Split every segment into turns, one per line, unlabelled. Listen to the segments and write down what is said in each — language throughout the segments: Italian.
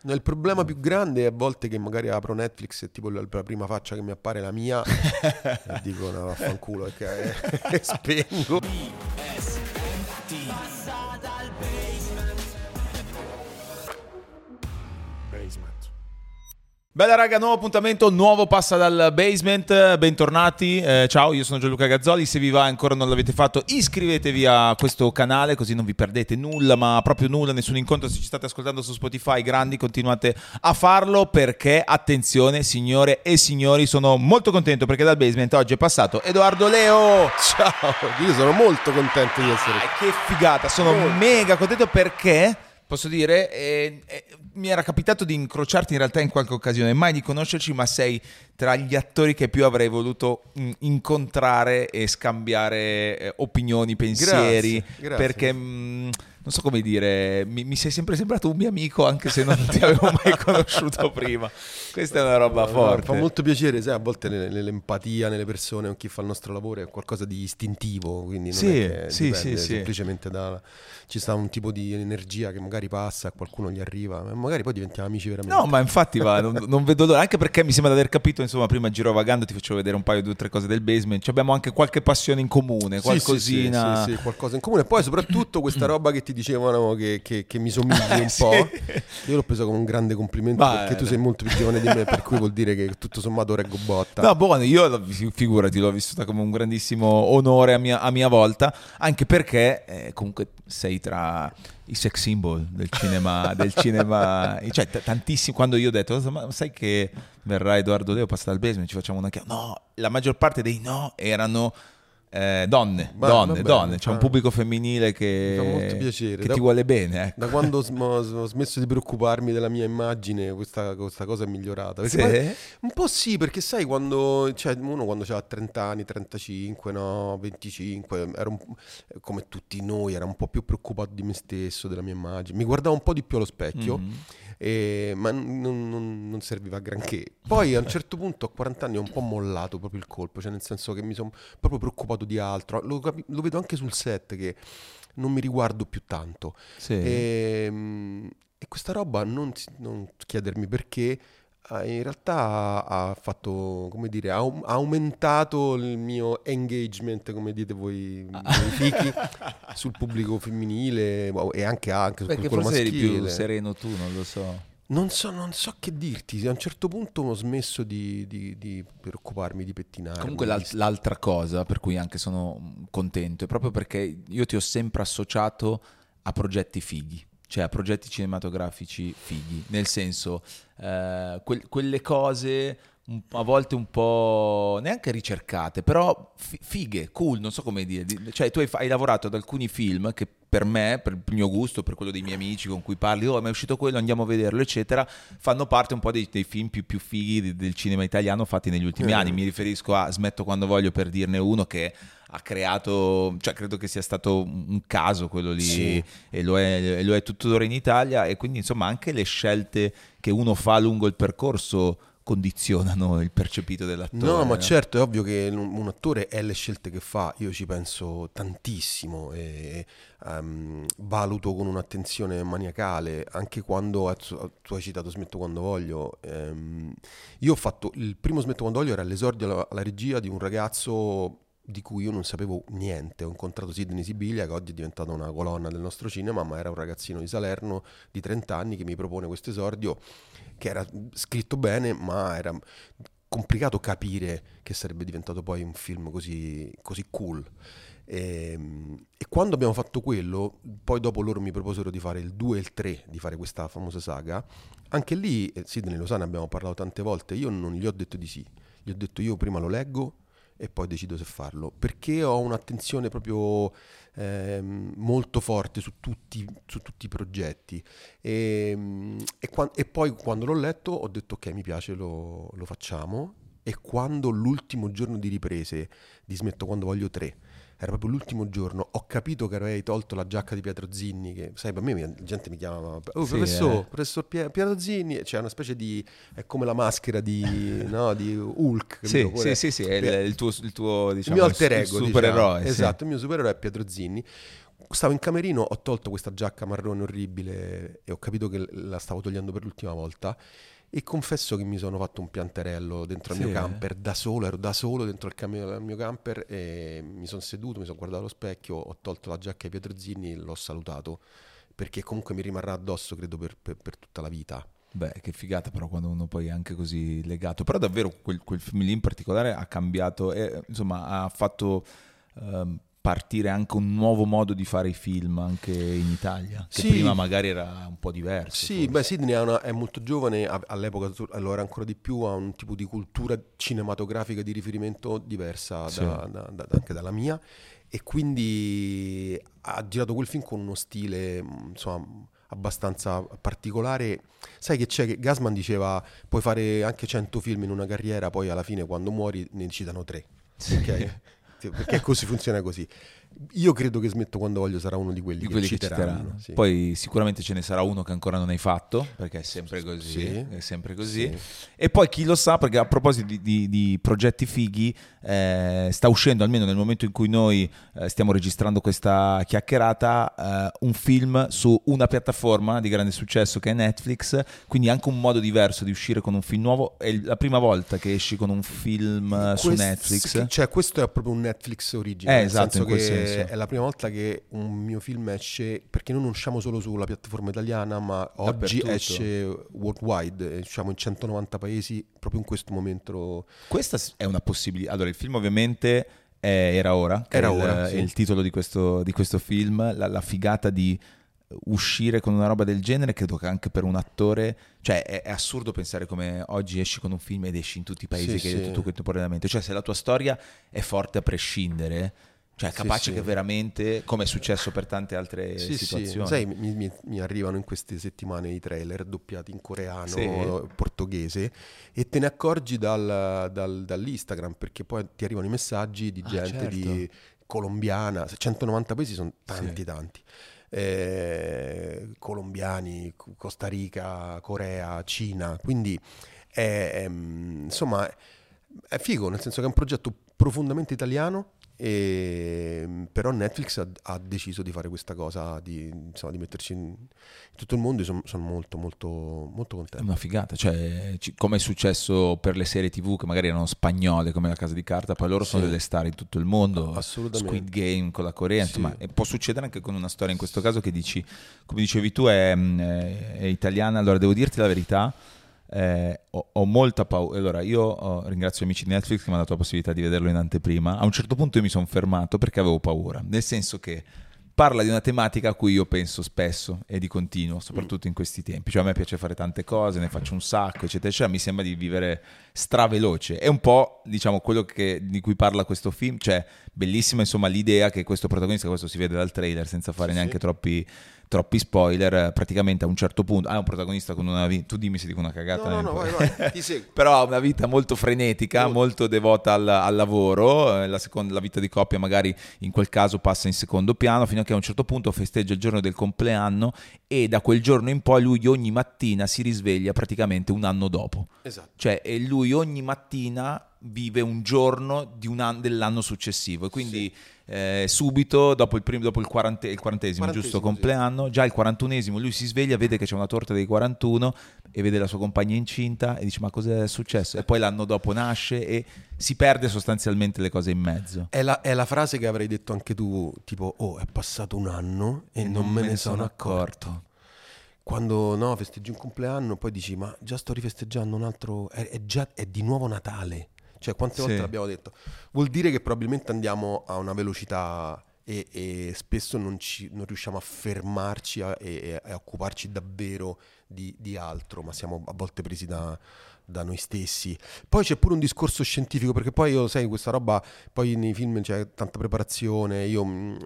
No, il problema più grande è a volte che magari apro Netflix e tipo la prima faccia che mi appare è la mia e dico no, vaffanculo e spengo.
Bella raga, nuovo appuntamento, nuovo Passa dal Basement, bentornati, ciao, io sono Gianluca Gazzoli, se vi va ancora non l'avete fatto iscrivetevi a questo canale così non vi perdete nulla, ma proprio nulla, nessun incontro. Se ci state ascoltando su Spotify, grandi, continuate a farlo perché, attenzione signore e signori, sono molto contento perché dal Basement oggi è passato Edoardo Leo.
Ciao, io sono molto contento di essere qui.
Che figata, sono mega contento perché... Posso dire, mi era capitato di incrociarti in realtà in qualche occasione, mai di conoscerci, ma sei tra gli attori che più avrei voluto incontrare e scambiare opinioni, pensieri,
grazie.
Perché non so come dire, mi sei sempre sembrato un mio amico anche se non ti avevo mai conosciuto prima. Questa è una roba forte.
Fa molto piacere, sai, a volte l'empatia nelle persone con chi fa il nostro lavoro è qualcosa di istintivo, quindi non è che dipende semplicemente ci sta un tipo di energia che magari passa, a qualcuno gli arriva, e magari poi diventiamo amici veramente.
No, ma infatti non vedo l'ora, anche perché mi sembra di aver capito, insomma, prima girovagando ti facevo vedere un paio, 2 o 3 cose del Basement, abbiamo anche qualche passione in comune, qualcosina.
Sì, qualcosa in comune, e poi soprattutto questa roba che ti dicevano che mi somigli un po', io l'ho preso come un grande complimento perché tu sei molto più giovane di me, per cui vuol dire che tutto sommato reggo botta.
No, buono, io figurati, l'ho vissuta come un grandissimo onore a mia volta, anche perché comunque sei tra i sex symbol del cinema, cioè tantissimi. Quando io ho detto, ma sai che verrà Edoardo Leo, passa dal Basement, ci facciamo una chiamata? No, la maggior parte dei no erano donne. C'è un pubblico femminile che
mi fa molto piacere,
che ti vuole bene, ecco.
Da quando ho smesso di preoccuparmi della mia immagine, questa cosa è migliorata.
Sì?
Un po' sì, perché sai, quando aveva 30 anni, 35, no, 25, come tutti noi, era un po' più preoccupato di me stesso, della mia immagine. Mi guardavo un po' di più allo specchio. Ma non serviva a granché. Poi a un certo punto a 40 anni ho un po' mollato proprio il colpo, cioè nel senso che mi sono proprio preoccupato di altro. Lo vedo anche sul set che non mi riguardo più tanto.
Sì.
E questa roba, non chiedermi perché, in realtà ha fatto, come dire, ha aumentato il mio engagement, come dite voi fichi, sul pubblico femminile e anche su
perché
quello
forse
maschile.
eri più sereno tu, non lo so.
Non so che dirti, a un certo punto ho smesso di preoccuparmi, di pettinare.
Comunque l'altra cosa per cui anche sono contento è proprio perché io ti ho sempre associato a progetti fighi. Cioè a progetti cinematografici fighi, nel senso quelle cose a volte un po' neanche ricercate, però fighe, cool, non so come dire. Cioè tu hai lavorato ad alcuni film che per me, per il mio gusto, per quello dei miei amici con cui parli, ma è uscito quello, andiamo a vederlo, eccetera, fanno parte un po' dei film più fighi del cinema italiano fatti negli ultimi anni. Mi riferisco a Smetto quando voglio, per dirne uno, che ha creato, cioè credo che sia stato un caso quello lì, sì. e lo è tuttora in Italia, e quindi insomma anche le scelte che uno fa lungo il percorso condizionano il percepito dell'attore.
No, ma certo, è ovvio che un attore è le scelte che fa, io ci penso tantissimo e valuto con un'attenzione maniacale, anche quando tu hai citato Smetto quando voglio. Io ho fatto il primo Smetto quando voglio, era l'esordio alla regia di un ragazzo di cui io non sapevo niente. Ho incontrato Sidney Sibilia, che oggi è diventata una colonna del nostro cinema, ma era un ragazzino di Salerno di 30 anni che mi propone questo esordio, che era scritto bene, ma era complicato capire che sarebbe diventato poi un film così cool. E quando abbiamo fatto quello, poi dopo loro mi proposero di fare il 2 e il 3, di fare questa famosa saga. Anche lì, Sidney lo sa, ne abbiamo parlato tante volte, io non gli ho detto di sì, gli ho detto io prima lo leggo e poi decido se farlo, perché ho un'attenzione proprio molto forte su tutti i progetti, e poi quando l'ho letto ho detto ok, mi piace, lo facciamo. E quando l'ultimo giorno di riprese di Smetto quando voglio 3, era proprio l'ultimo giorno, ho capito che avevi tolto la giacca di Pietro Zinni, che sai, per me la gente mi chiama professor Pietro Zinni, c'è una specie di, è come la maschera di Hulk.
Sì, è il tuo diciamo,
il mio alter ego,
supereroe.
Diciamo. Esatto, il mio supereroe è Pietro Zinni. Stavo in camerino, ho tolto questa giacca marrone orribile e ho capito che la stavo togliendo per l'ultima volta e confesso che mi sono fatto un pianterello dentro il mio camper, da solo, ero da solo dentro il mio camper e mi sono seduto, mi sono guardato allo specchio, ho tolto la giacca ai Pietro Zinni e l'ho salutato, perché comunque mi rimarrà addosso, credo, per tutta la vita.
Beh, che figata però quando uno poi è anche così legato. Però davvero quel film lì in particolare ha cambiato, insomma ha fatto partire anche un nuovo modo di fare i film anche in Italia, che
Sì.
prima magari era un po' diverso.
Sì,
forse.
beh, Sydney è molto giovane, all'epoca lo era ancora di più, ha un tipo di cultura cinematografica di riferimento diversa
Sì.
anche dalla mia, e quindi ha girato quel film con uno stile, insomma, abbastanza particolare. Sai che c'è? Che Gassman diceva, puoi fare anche 100 film in una carriera, poi alla fine quando muori ne citano 3, ok? Perché così funziona così. Io credo che Smetto quando voglio sarà uno di quelli che citeranno. Sì.
Poi sicuramente ce ne sarà uno che ancora non hai fatto, perché è sempre così.
Sì.
È sempre così.
Sì.
E poi chi lo sa, perché a proposito di progetti fighi, sta uscendo, almeno nel momento in cui noi stiamo registrando questa chiacchierata, un film su una piattaforma di grande successo che è Netflix, quindi anche un modo diverso di uscire con un film nuovo. È la prima volta che esci con un film su Netflix.
Cioè, questo è proprio un Netflix originale, nel
esatto,
senso
in quel
che
senso.
è la prima volta che un mio film esce, perché noi non usciamo solo sulla piattaforma italiana, ma oggi
Dappertutto.
esce worldwide, usciamo in 190 paesi proprio in questo momento.
Questa è una possibilità. Allora, il film ovviamente Era ora, che
Era
è
ora,
è
sì.
il titolo di questo film, la figata di uscire con una roba del genere, credo che anche per un attore, cioè è assurdo pensare come oggi esci con un film ed esci in tutti i paesi
Sì,
che hai
sì.
detto tu contemporaneamente, cioè se la tua storia è forte a prescindere, cioè è
Sì,
capace
sì.
che veramente, come è successo per tante altre
Sì,
situazioni.
sì, sai, mi arrivano in queste settimane i trailer doppiati in coreano,
Sì.
portoghese, e te ne accorgi dall'Instagram, perché poi ti arrivano i messaggi di gente
certo.
di colombiana, 190 paesi sono tanti,
Sì.
tanti. Colombiani, Costa Rica, Corea, Cina, quindi insomma è figo, nel senso che è un progetto profondamente italiano. Però Netflix ha deciso di fare questa cosa, insomma, di metterci in tutto il mondo, e sono molto molto molto
È
contento.
una figata, cioè come è successo per le serie TV che magari erano spagnole come La Casa di Carta, poi loro sono
Sì.
delle star in tutto il mondo,
Assolutamente.
Squid Game con la Corea,
Sì.
insomma, e può succedere anche con una storia in questo caso che dici, come dicevi tu, è italiana. Allora devo dirti la verità, ho molta paura. Allora io ringrazio gli amici di Netflix che mi hanno dato la possibilità di vederlo in anteprima. A un certo punto io mi sono fermato perché avevo paura, nel senso che parla di una tematica a cui io penso spesso e di continuo, soprattutto in questi tempi. Cioè a me piace fare tante cose, ne faccio un sacco, eccetera, eccetera. Mi sembra di vivere straveloce. È un po', diciamo, quello di cui parla questo film. Cioè, bellissima, insomma, l'idea che questo protagonista, questo si vede dal trailer senza fare neanche troppi spoiler, praticamente a un certo punto ha un protagonista con una vita, tu dimmi se dico una cagata.
No, vai, ti seguo.
Però ha una vita molto frenetica, molto devota al lavoro, la vita di coppia magari in quel caso passa in secondo piano, fino a che a un certo punto festeggia il giorno del compleanno e da quel giorno in poi lui ogni mattina si risveglia praticamente un anno dopo.
Esatto.
Cioè, e lui ogni mattina vive un giorno dell'anno successivo e quindi subito dopo il 40esimo giusto compleanno, già il 41esimo lui si sveglia, vede che c'è una torta dei 41 e vede la sua compagna incinta e dice ma cos'è successo? E poi l'anno dopo nasce e si perde sostanzialmente le cose in mezzo.
È la frase che avrei detto anche tu, tipo, oh, è passato un anno e non me ne sono accorto. Quando festeggi un compleanno, poi dici, ma già sto rifesteggiando un altro, è di nuovo Natale. Cioè, quante volte l'abbiamo detto? Vuol dire che probabilmente andiamo a una velocità e spesso non riusciamo a fermarci e a occuparci davvero di altro, ma siamo a volte presi da noi stessi. Poi c'è pure un discorso scientifico, perché poi io, sai, questa roba, poi nei film c'è tanta preparazione. Io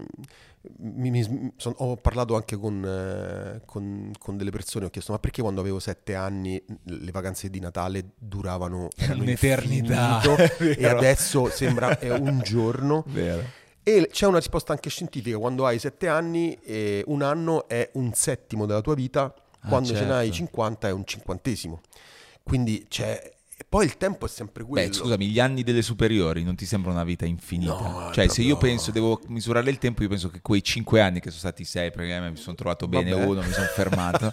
ho parlato anche con delle persone, ho chiesto ma perché quando avevo 7 anni le vacanze di Natale erano
un'eternità
e adesso sembra un giorno.
Vero.
E c'è una risposta anche scientifica: quando hai 7 anni un anno è un settimo della tua vita, quando ce n'hai 50 è un cinquantesimo. Quindi E poi il tempo è sempre quello.
Beh, scusami, gli anni delle superiori non ti sembra una vita infinita?
No,
Cioè, se io
proprio...
penso, devo misurare il tempo, io penso che quei 5 anni, che sono stati 6, perché mi sono trovato bene
Vabbè.
uno, mi sono fermato,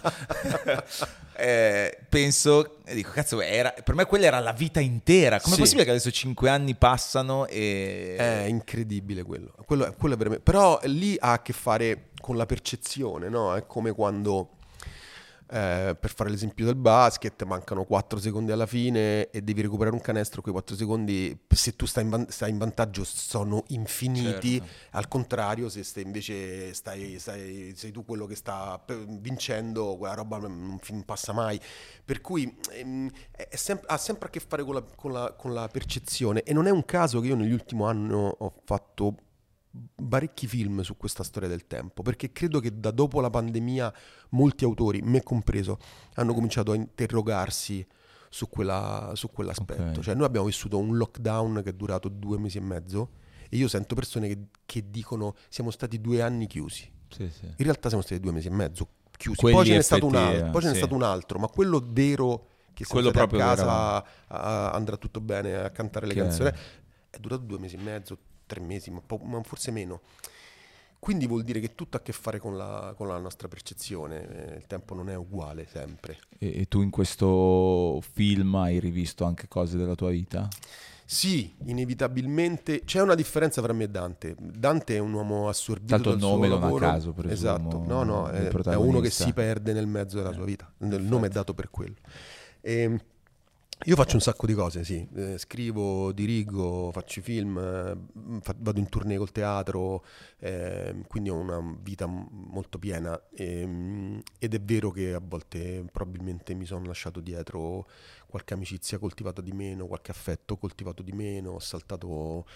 penso, e dico, cazzo, per me quella era la vita intera. Com'è
Sì.
possibile che adesso 5 anni passano
È
e...
incredibile quello. Quello è veramente... Però lì ha a che fare con la percezione, no? È come quando, per fare l'esempio del basket, mancano 4 secondi alla fine e devi recuperare un canestro, quei 4 secondi, se tu stai in vantaggio, sono infiniti.
Certo.
Al contrario, se invece sei tu quello che sta vincendo, quella roba non passa mai. Per cui ha sempre a che fare con la percezione, e non è un caso che io negli ultimi anni ho fatto parecchi film su questa storia del tempo, perché credo che da dopo la pandemia molti autori, me compreso, hanno cominciato a interrogarsi su quell'aspetto.
Ok.
Cioè noi abbiamo vissuto un lockdown che è durato 2 mesi e mezzo, e io sento persone che dicono siamo stati 2 anni chiusi.
Sì, sì.
In realtà siamo stati 2 mesi e mezzo chiusi.
Quelli
Poi ce n'è stato un
effettivi,
altro, poi ce n'è
sì.
stato un altro, ma quello vero, che siamo
Quello
stati a
proprio che
casa, andrà tutto bene a cantare le
Che-
canzoni, è durato 2 mesi e mezzo, 3 mesi, ma forse meno. Quindi vuol dire che tutto ha a che fare con la nostra percezione. Il tempo non è uguale sempre.
E tu in questo film hai rivisto anche cose della tua vita?
Sì, inevitabilmente c'è una differenza tra me e Dante. Dante è un uomo assorbito
Tanto il
dal suo
nome non a
lavoro.
caso, presumo,
Esatto, no,
del
è uno che
protagonista.
si perde nel mezzo della sua vita. Il nome è
Infatti.
dato per quello. E io faccio un sacco di cose, sì. Scrivo, dirigo, faccio i film, vado in tournée col teatro, quindi ho una vita molto piena. Ed è vero che a volte probabilmente mi sono lasciato dietro qualche amicizia coltivata di meno, qualche affetto coltivato di meno, ho saltato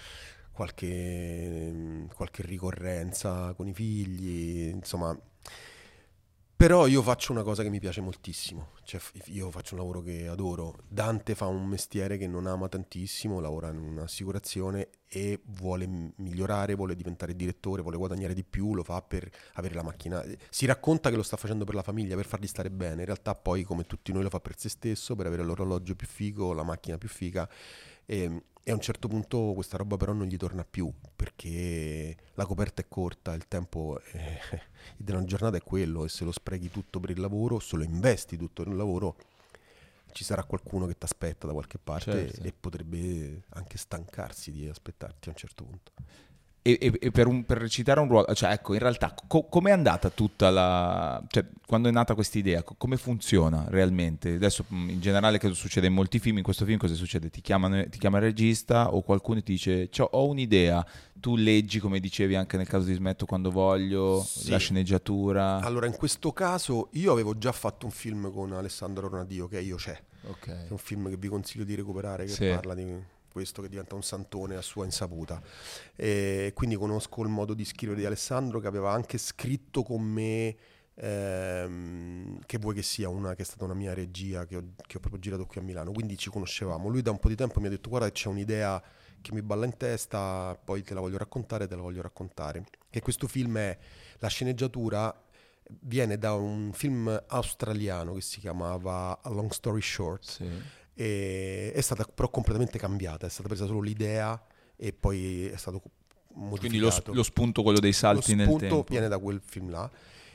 qualche ricorrenza con i figli, insomma. Però io faccio una cosa che mi piace moltissimo, cioè io faccio un lavoro che adoro. Dante fa un mestiere che non ama tantissimo, lavora in un'assicurazione e vuole migliorare, vuole diventare direttore, vuole guadagnare di più, lo fa per avere la macchina. Si racconta che lo sta facendo per la famiglia, per farli stare bene, in realtà poi come tutti noi lo fa per se stesso, per avere l'orologio più figo, la macchina più figa. E a un certo punto questa roba però non gli torna più, perché la coperta è corta, il tempo della giornata è quello, e se lo sprechi tutto per il lavoro, se lo investi tutto per il lavoro, ci sarà qualcuno che ti aspetta da qualche parte,
Certo.
e potrebbe anche stancarsi di aspettarti a un certo punto.
E per recitare un ruolo, cioè ecco, in realtà com'è andata tutta la... cioè quando è nata questa idea, come funziona realmente? Adesso in generale che succede in molti film, in questo film cosa succede? Ti chiama il regista o qualcuno ti dice ho un'idea, tu leggi come dicevi anche nel caso di Smetto quando voglio,
Sì.
la sceneggiatura.
Allora, in questo caso io avevo già fatto un film con Alessandro Ronadio, che è Io c'è.
Ok.
È un film che vi consiglio di recuperare, che
Sì.
parla di questo che diventa un santone a sua insaputa. E quindi conosco il modo di scrivere di Alessandro, che aveva anche scritto con me, che vuoi che sia, che è stata una mia regia che ho proprio girato qui a Milano, quindi ci conoscevamo. Lui da un po' di tempo mi ha detto: guarda, c'è un'idea che mi balla in testa, poi te la voglio raccontare. Che questo film è la sceneggiatura, viene da un film australiano che si chiamava A Long Story Short,
Sì.
e è stata però completamente cambiata, è stata presa solo l'idea e poi è stato
Quindi
modificato.
lo spunto, quello dei salti
Lo
nel
spunto
tempo.
viene da quel film là.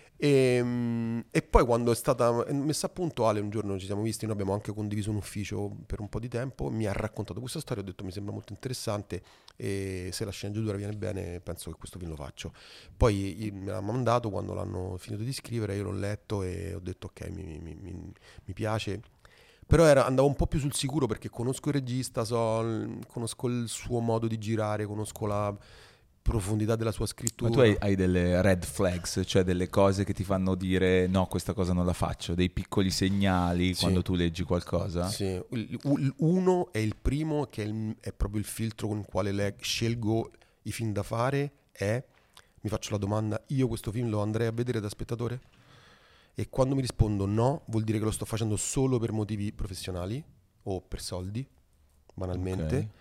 E poi quando è stata messa a punto, Ale, un giorno ci siamo visti, noi abbiamo anche condiviso un ufficio per un po' di tempo, mi ha raccontato questa storia, ho detto mi sembra molto interessante, e se la sceneggiatura viene bene penso che questo film lo faccio. Poi me l'ha mandato quando l'hanno finito di scrivere, io l'ho letto e ho detto ok, mi piace. Però andavo un po' più sul sicuro, perché conosco il regista, conosco il suo modo di girare, conosco la profondità della sua
Ma
scrittura.
tu hai delle red flags, cioè delle cose che ti fanno dire no, questa cosa non la faccio, dei piccoli segnali
Sì.
quando tu leggi qualcosa?
Sì, uno è il primo, che è proprio il filtro con il quale scelgo i film da fare, mi faccio la domanda: io questo film lo andrei a vedere da spettatore? E quando mi rispondo no, vuol dire che lo sto facendo solo per motivi professionali o per soldi, banalmente,
Ok.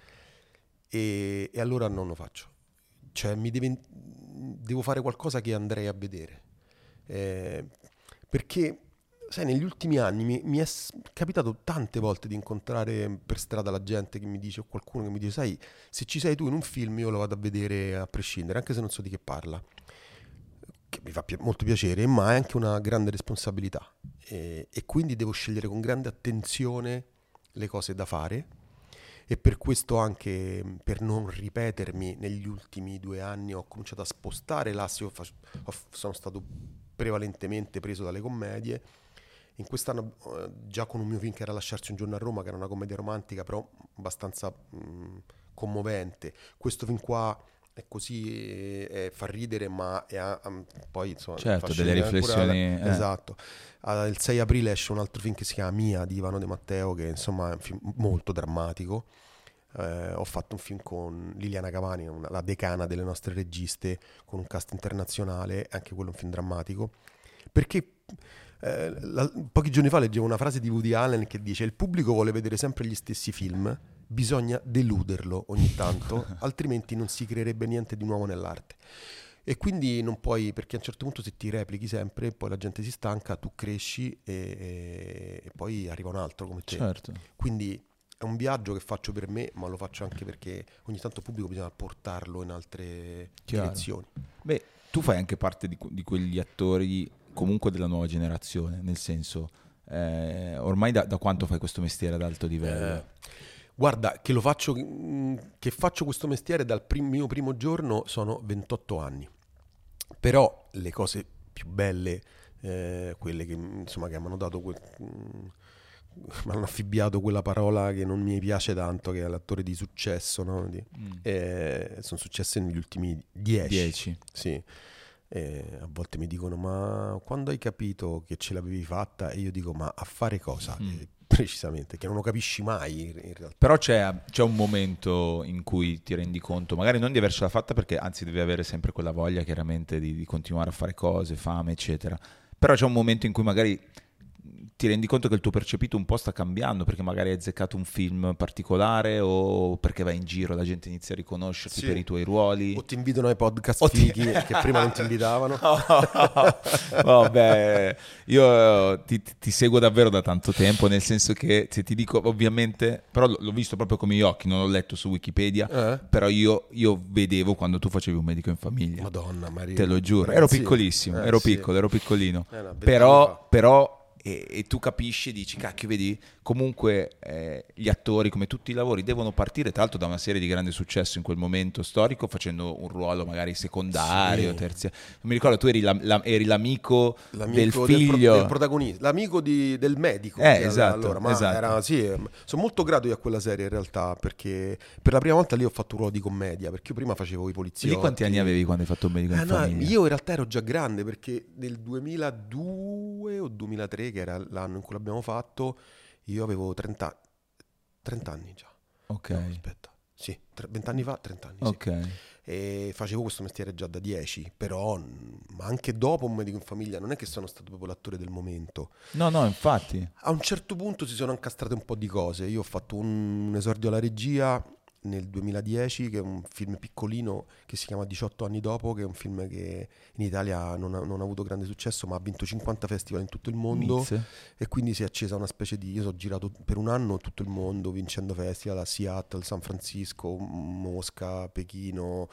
e allora non lo faccio. Cioè devo fare qualcosa che andrei a vedere. Perché sai, negli ultimi anni mi è capitato tante volte di incontrare per strada la gente che mi dice, o qualcuno che mi dice, sai, se ci sei tu in un film io lo vado a vedere a prescindere, anche se non so di che parla, che mi fa molto piacere, ma è anche una grande responsabilità e quindi devo scegliere con grande attenzione le cose da fare e per questo anche per non ripetermi negli ultimi 2 anni ho cominciato a spostare l'asse, sono stato prevalentemente preso dalle commedie. In quest'anno già con un mio film che era Lasciarsi un giorno a Roma, che era una commedia romantica però abbastanza commovente, questo film qua è così, fa ridere ma poi insomma
Certo,
fa
delle
scendere
riflessioni.
esatto. Il 6 aprile esce un altro film che si chiama Mia di Ivano De Matteo, che insomma è un film molto drammatico. Ho fatto un film con Liliana Cavani, la decana delle nostre registe, con un cast internazionale, anche quello è un film drammatico, perché pochi giorni fa leggevo una frase di Woody Allen che dice: il pubblico vuole vedere sempre gli stessi film, bisogna deluderlo ogni tanto, altrimenti non si creerebbe niente di nuovo nell'arte. E quindi non puoi, perché a un certo punto se ti replichi sempre, poi la gente si stanca, tu cresci e poi arriva un altro come te.
Certo.
Quindi è un viaggio che faccio per me, ma lo faccio anche perché ogni tanto il pubblico bisogna portarlo in altre direzioni.
Beh, tu fai anche parte di quegli attori comunque della nuova generazione, nel senso, ormai da quanto fai questo mestiere ad alto livello?
Guarda, che lo faccio, che faccio questo mestiere dal mio primo giorno sono 28 anni. Però le cose più belle, quelle che insomma che mi hanno dato mi hanno affibbiato quella parola che non mi piace tanto, che è l'attore di successo, no? Sono successe negli ultimi 10. Sì. A volte mi dicono: ma quando hai capito che ce l'avevi fatta? E io dico: ma a fare cosa? Precisamente, che non lo capisci mai in realtà.
Però c'è un momento in cui ti rendi conto, magari non di avercela fatta, perché anzi devi avere sempre quella voglia chiaramente di continuare a fare cose, fame eccetera, però c'è un momento in cui magari ti rendi conto che il tuo percepito un po' sta cambiando, perché magari hai azzeccato un film particolare o perché vai in giro, la gente inizia a riconoscerti per i tuoi ruoli.
O ti invitano ai podcast fighi che prima non ti invitavano.
Vabbè, io ti seguo davvero da tanto tempo, nel senso che se ti dico, ovviamente, però l'ho visto proprio con i miei occhi, non l'ho letto su Wikipedia, però io vedevo quando tu facevi Un medico in famiglia.
Madonna Maria.
Te lo giuro, ero piccolissimo, ero piccolino,
però
e tu capisci e dici, cacchio, vedi, comunque gli attori, come tutti i lavori, devono partire tra l'altro da una serie di grande successo in quel momento storico, facendo un ruolo magari secondario, terziario. Non mi ricordo, tu eri l'amico del figlio,
del protagonista, l'amico del medico.
Esatto,
allora, ma
esatto.
Sono molto grato io a quella serie in realtà, perché per la prima volta lì ho fatto un ruolo di commedia, perché io prima facevo i poliziotti.
Di quanti anni avevi quando hai fatto Un medico in famiglia?
Io in realtà ero già grande, perché nel 2002 o 2003, che era l'anno in cui l'abbiamo fatto, io avevo 30 anni già.
Ok.
No, aspetta. Sì, 20 anni fa, 30 anni.
Ok.
Sì. E facevo questo mestiere già da 10, però ma anche dopo Un medico in famiglia non è che sono stato proprio l'attore del momento.
No, infatti.
A un certo punto si sono incastrate un po' di cose. Io ho fatto un esordio alla regia nel 2010, che è un film piccolino che si chiama 18 anni dopo, che è un film che in Italia non ha avuto grande successo, ma ha vinto 50 festival in tutto il mondo.
Mizze.
E quindi si è accesa una specie di... Io ho girato per un anno tutto il mondo vincendo festival a Seattle, San Francisco, Mosca, Pechino,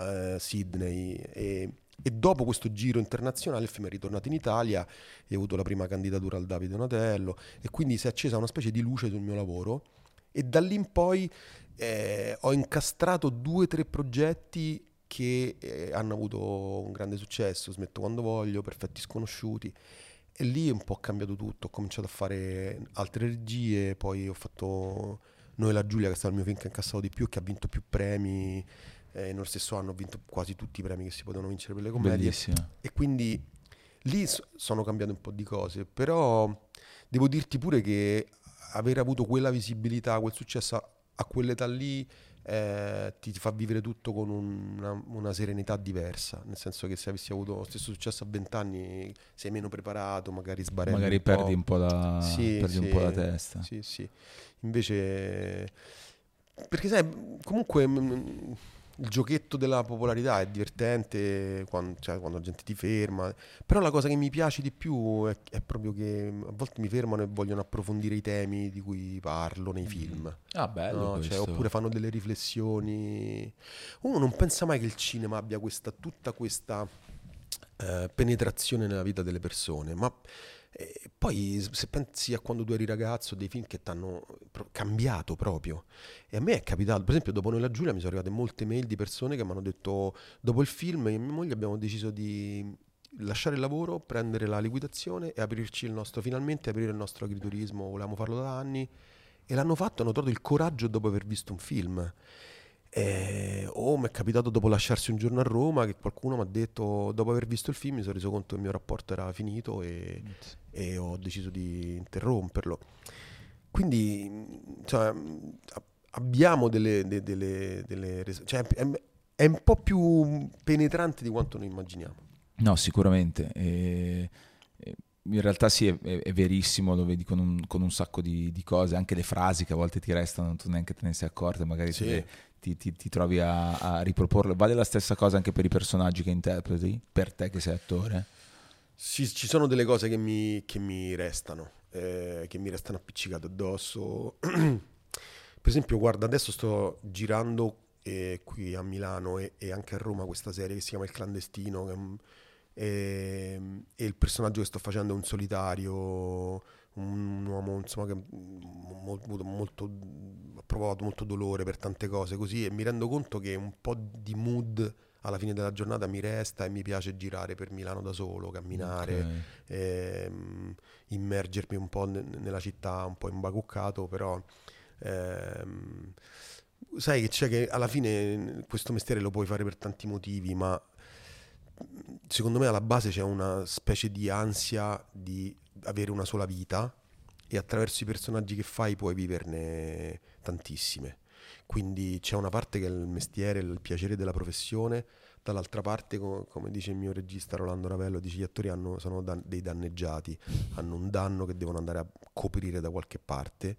Sydney e dopo questo giro internazionale il film è ritornato in Italia e ho avuto la prima candidatura al David Donatello e quindi si è accesa una specie di luce sul mio lavoro e da lì in poi ho incastrato 2 o 3 progetti che hanno avuto un grande successo. Smetto quando voglio, Perfetti sconosciuti, e lì un po' cambiato tutto. Ho cominciato a fare altre regie, poi ho fatto Noi e la Giulia, che è stato il mio film che ha incassato di più, che ha vinto più premi. Nello stesso anno ho vinto quasi tutti i premi che si potevano vincere per le commedie.
Bellissimo.
E quindi lì sono cambiate un po' di cose, però devo dirti pure che aver avuto quella visibilità, quel successo a quell'età lì ti fa vivere tutto con una serenità diversa, nel senso che se avessi avuto lo stesso successo a 20 anni sei meno preparato, magari sbarelli
magari
un
perdi
po'.
un po' la testa.
Sì. Invece, perché sai, comunque il giochetto della popolarità è divertente quando la gente ti ferma, però la cosa che mi piace di più è proprio che a volte mi fermano e vogliono approfondire i temi di cui parlo nei film.
Ah, bello
No,
questo.
oppure fanno delle riflessioni. Uno non pensa mai che il cinema abbia tutta questa penetrazione nella vita delle persone, ma poi se pensi a quando tu eri ragazzo, dei film che ti hanno cambiato proprio. E a me è capitato, per esempio, dopo Noi la Giulia mi sono arrivate molte mail di persone che mi hanno detto, dopo il film, io e mia moglie abbiamo deciso di lasciare il lavoro, prendere la liquidazione e aprirci finalmente aprire il nostro agriturismo, volevamo farlo da anni. E l'hanno fatto, hanno trovato il coraggio dopo aver visto un film. Mi è capitato dopo Lasciarsi un giorno a Roma che qualcuno mi ha detto, dopo aver visto il film mi sono reso conto che il mio rapporto era finito e ho deciso di interromperlo. Quindi, cioè, abbiamo cioè, è un po' più penetrante di quanto noi immaginiamo.
No, sicuramente. In realtà sì, è verissimo, lo vedi con un sacco di cose, anche le frasi che a volte ti restano, tu neanche te ne sei accorto, magari
Sì.
ti trovi a riproporle. Vale la stessa cosa anche per i personaggi che interpreti, per te che sei attore?
Sì, ci sono delle cose che mi restano appiccicate addosso. Per esempio, guarda, adesso sto girando qui a Milano e anche a Roma questa serie che si chiama Il Clandestino, e il personaggio che sto facendo è un solitario, un uomo insomma che ha provato molto dolore per tante cose così, e mi rendo conto che un po' di mood alla fine della giornata mi resta e mi piace girare per Milano da solo, camminare, immergermi un po' nella città, un po' imbacuccato, però sai che c'è, che alla fine questo mestiere lo puoi fare per tanti motivi, ma secondo me alla base c'è una specie di ansia di avere una sola vita e attraverso i personaggi che fai puoi viverne tantissime. Quindi c'è una parte che è il mestiere, il piacere della professione, dall'altra parte, come dice il mio regista Rolando Ravello, dice gli attori sono dei danneggiati, hanno un danno che devono andare a coprire da qualche parte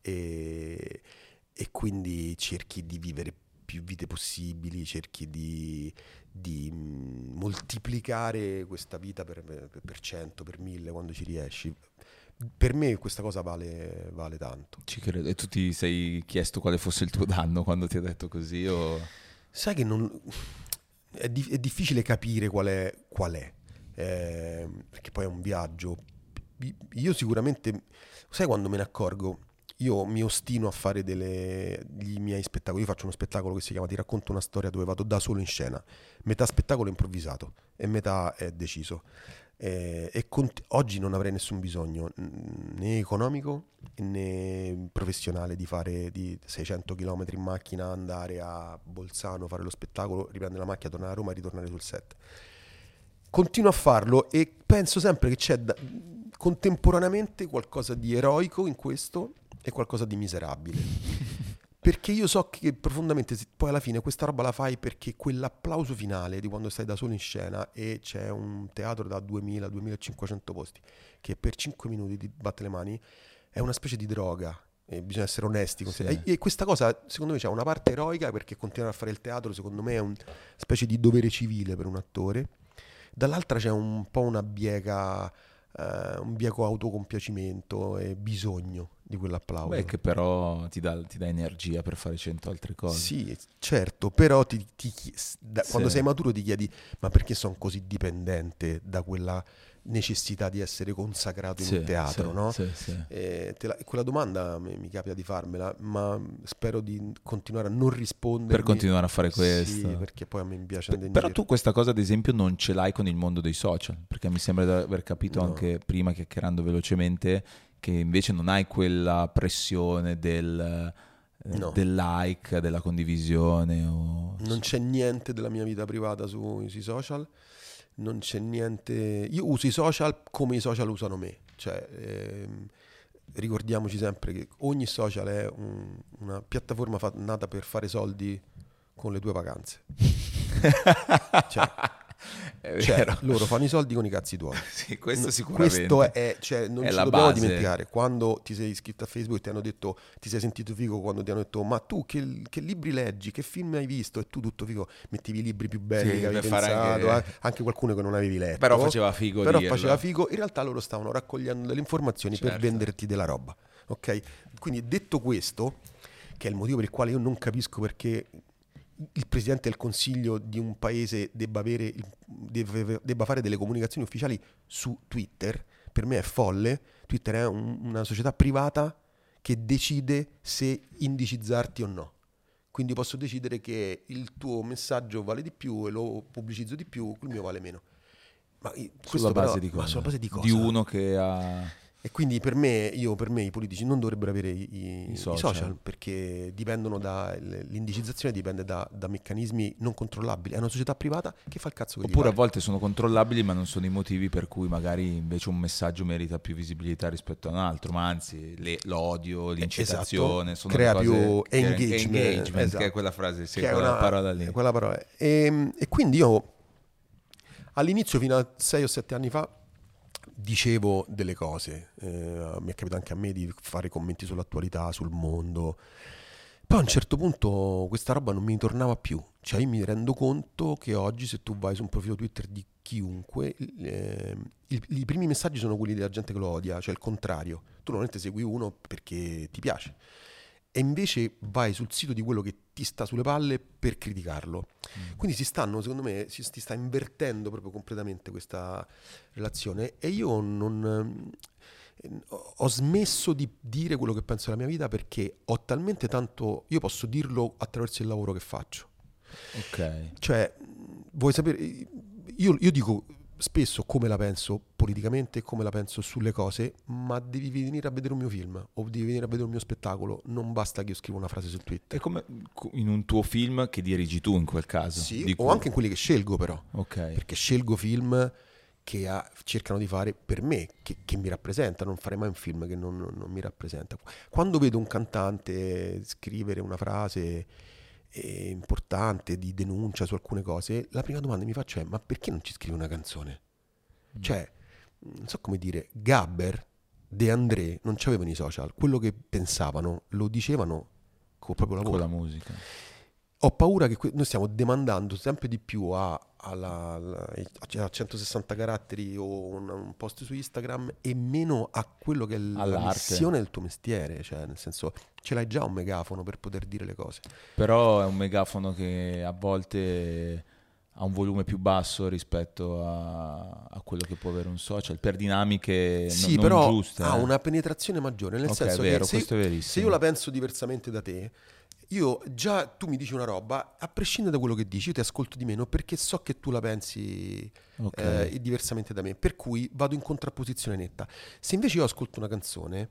e quindi cerchi di vivere più vite possibili, cerchi di moltiplicare questa vita per 100, per 1000 quando ci riesci. Per me questa cosa vale tanto.
Ci credo. E tu ti sei chiesto quale fosse il tuo danno quando ti ha detto così?
Sai che è difficile capire qual è. Perché poi è un viaggio. Io sicuramente, sai quando me ne accorgo? Io mi ostino a fare i miei spettacoli. Io faccio uno spettacolo che si chiama Ti racconto una storia, dove vado da solo in scena. Metà spettacolo è improvvisato e metà è deciso. Oggi non avrei nessun bisogno né economico né professionale di fare di 600 km in macchina, andare a Bolzano, fare lo spettacolo, riprendere la macchina, tornare a Roma e ritornare sul set. Continuo a farlo e penso sempre che c'è contemporaneamente qualcosa di eroico in questo e qualcosa di miserabile. Perché io so che profondamente poi alla fine questa roba la fai perché quell'applauso finale di quando stai da solo in scena e c'è un teatro da 2000-2500 posti che per 5 minuti ti batte le mani, è una specie di droga. E bisogna essere onesti con sé. E questa cosa secondo me c'ha una parte eroica, perché continuare a fare il teatro secondo me è una specie di dovere civile per un attore. Dall'altra c'è un po' un bieco autocompiacimento e bisogno di quell'applauso.
Beh, che però ti dà energia per fare 100 altre cose.
Sì, certo, però quando sei maturo ti chiedi, ma perché sono così dipendente da quella necessità di essere consacrato in un teatro, no?
Sì.
Quella domanda mi capita di farmela, ma spero di continuare a non rispondere.
Per continuare a fare questo.
Sì, perché poi a me mi piace andare in
Però
giro.
tu questa cosa ad esempio non ce l'hai con il mondo dei social, perché mi sembra di aver capito anche prima, chiacchierando velocemente, che invece non hai quella pressione del like, della condivisione.
Non c'è niente della mia vita privata sui social. Non c'è niente. Io uso i social come i social usano me. Cioè, ricordiamoci sempre che ogni social è una piattaforma nata per fare soldi con le tue vacanze. Cioè, Cioè,
vero.
loro fanno i soldi con i cazzi tuoi.
Sì, questo sicuramente.
Questo è, cioè, non
è
ci
la
dobbiamo
base.
dimenticare. Quando ti sei iscritto a Facebook e ti hanno detto, ti sei sentito figo quando ti hanno detto, ma tu che libri leggi, che film hai visto? E tu tutto figo, mettevi i libri più belli
Sì,
che avevi
per fare
pensato,
anche-
anche qualcuno che non avevi letto.
Però faceva figo
Però
dirlo.
faceva figo. In realtà loro stavano raccogliendo delle informazioni per
Certo.
venderti della roba. Ok? Quindi detto questo, che è il motivo per il quale io non capisco perché il presidente del consiglio di un paese debba fare delle comunicazioni ufficiali su Twitter, per me è folle. Twitter è una società privata che decide se indicizzarti o no. Quindi posso decidere che il tuo messaggio vale di più e lo pubblicizzo di più, il mio vale meno. Ma
Sulla base di cosa?
Ma sulla base di cosa?
Di uno che ha...
E quindi per me i politici non dovrebbero avere i
social.
social, perché dipendono l'indicizzazione dipende da meccanismi non controllabili. È una società privata che fa il cazzo che gli
Oppure a
pare.
volte sono controllabili, ma non sono i motivi per cui magari invece un messaggio merita più visibilità rispetto a un altro, ma anzi l'odio, l'incitazione,
Esatto.
sono
Crea
le
più
cose
engagement, esatto.
che è quella frase, sì,
Che è
quella
una
parola lì.
quella parola. E quindi io all'inizio, fino a 6 o 7 anni fa, dicevo delle cose. Mi è capitato anche a me di fare commenti sull'attualità, sul mondo. Poi a un certo punto questa roba non mi tornava più. Cioè io mi rendo conto che oggi se tu vai su un profilo Twitter di chiunque, i primi messaggi sono quelli della gente che lo odia, cioè il contrario. Tu normalmente segui uno perché ti piace. E invece vai sul sito di quello che ti sta sulle palle per criticarlo. Quindi secondo me, si sta invertendo proprio completamente questa relazione e io non... Ho smesso di dire quello che penso della mia vita perché ho talmente tanto... Io posso dirlo attraverso il lavoro che faccio.
Ok.
Cioè, vuoi sapere... Io dico spesso come la penso politicamente, come la penso sulle cose, ma devi venire a vedere un mio film o devi venire a vedere un mio spettacolo. Non basta che io scriva una frase su Twitter.
È come in un tuo film che dirigi tu in quel caso.
Sì, o anche in quelli che scelgo però.
Ok.
Perché scelgo film che cercano di fare per me, che mi rappresenta. Non farei mai un film che non mi rappresenta. Quando vedo un cantante scrivere una frase importante di denuncia su alcune cose, la prima domanda che mi faccio è: ma perché non ci scrivi una canzone? Cioè, non so come dire, Gabber, De André non c'avevano i social, quello che pensavano lo dicevano col proprio lavoro.
Con la musica.
Ho paura che noi stiamo demandando sempre di più a 160 caratteri o un post su Instagram e meno a quello che è la
All'arte.
missione del tuo mestiere. Cioè, nel senso, ce l'hai già un megafono per poter dire le cose.
Però è un megafono che a volte ha un volume più basso rispetto a quello che può avere un social, per dinamiche
Sì,
non
però
giuste.
ha una penetrazione maggiore, nel
Ok,
senso
è vero,
che
questo è verissimo.
se io la penso diversamente da te, io già tu mi dici una roba, a prescindere da quello che dici, io ti ascolto di meno perché so che tu la pensi
Ok.
diversamente da me, per cui vado in contrapposizione netta. Se invece io ascolto una canzone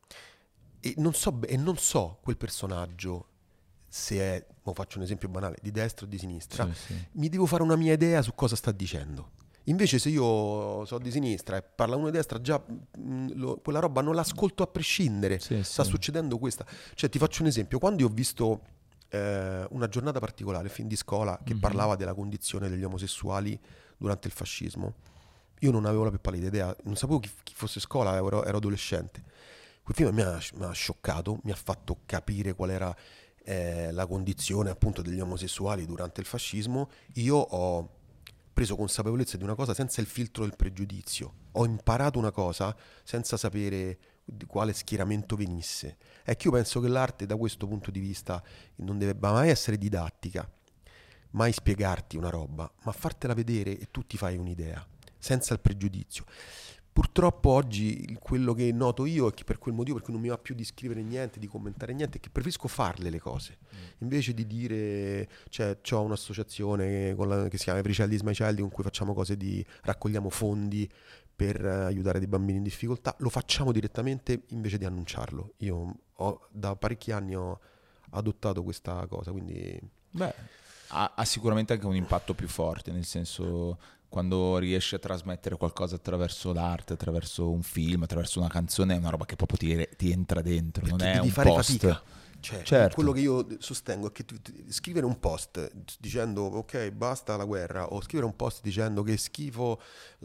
e non so quel personaggio se è, faccio un esempio banale, di destra o di sinistra,
Sì, sì.
mi devo fare una mia idea su cosa sta dicendo. Invece se io so di sinistra e parla uno di destra, già quella roba non l'ascolto a prescindere.
Sì,
Sta
sì.
succedendo questa. Cioè ti faccio un esempio, quando io ho visto Una giornata particolare, film di Scola, che parlava della condizione degli omosessuali durante il fascismo, io non avevo la più pallida idea, non sapevo chi fosse Scola, ero adolescente. Quel film mi ha scioccato, mi ha fatto capire qual era la condizione appunto degli omosessuali durante il fascismo. Io ho preso consapevolezza di una cosa senza il filtro del pregiudizio, ho imparato una cosa senza sapere di quale schieramento venisse. È che io penso che l'arte da questo punto di vista non deve mai essere didattica, mai spiegarti una roba, ma fartela vedere e tu ti fai un'idea senza il pregiudizio. Purtroppo oggi quello che noto io è che per quel motivo, perché non mi va più di scrivere niente, di commentare niente, è che preferisco farle le cose invece di dire, cioè, c'ho un'associazione che si chiama Every Child is My Child, con cui facciamo cose raccogliamo fondi per aiutare dei bambini in difficoltà, lo facciamo direttamente invece di annunciarlo. Io da parecchi anni ho adottato questa cosa, quindi...
Beh, ha sicuramente anche un impatto più forte, nel senso, quando riesci a trasmettere qualcosa attraverso l'arte, attraverso un film, attraverso una canzone, è una roba che proprio ti entra dentro,
Perché
non è
devi
un
fare
post.
fatica. Cioè,
Certo.
quello che io sostengo è che scrivere un post dicendo ok, basta la guerra, o scrivere un post dicendo che schifo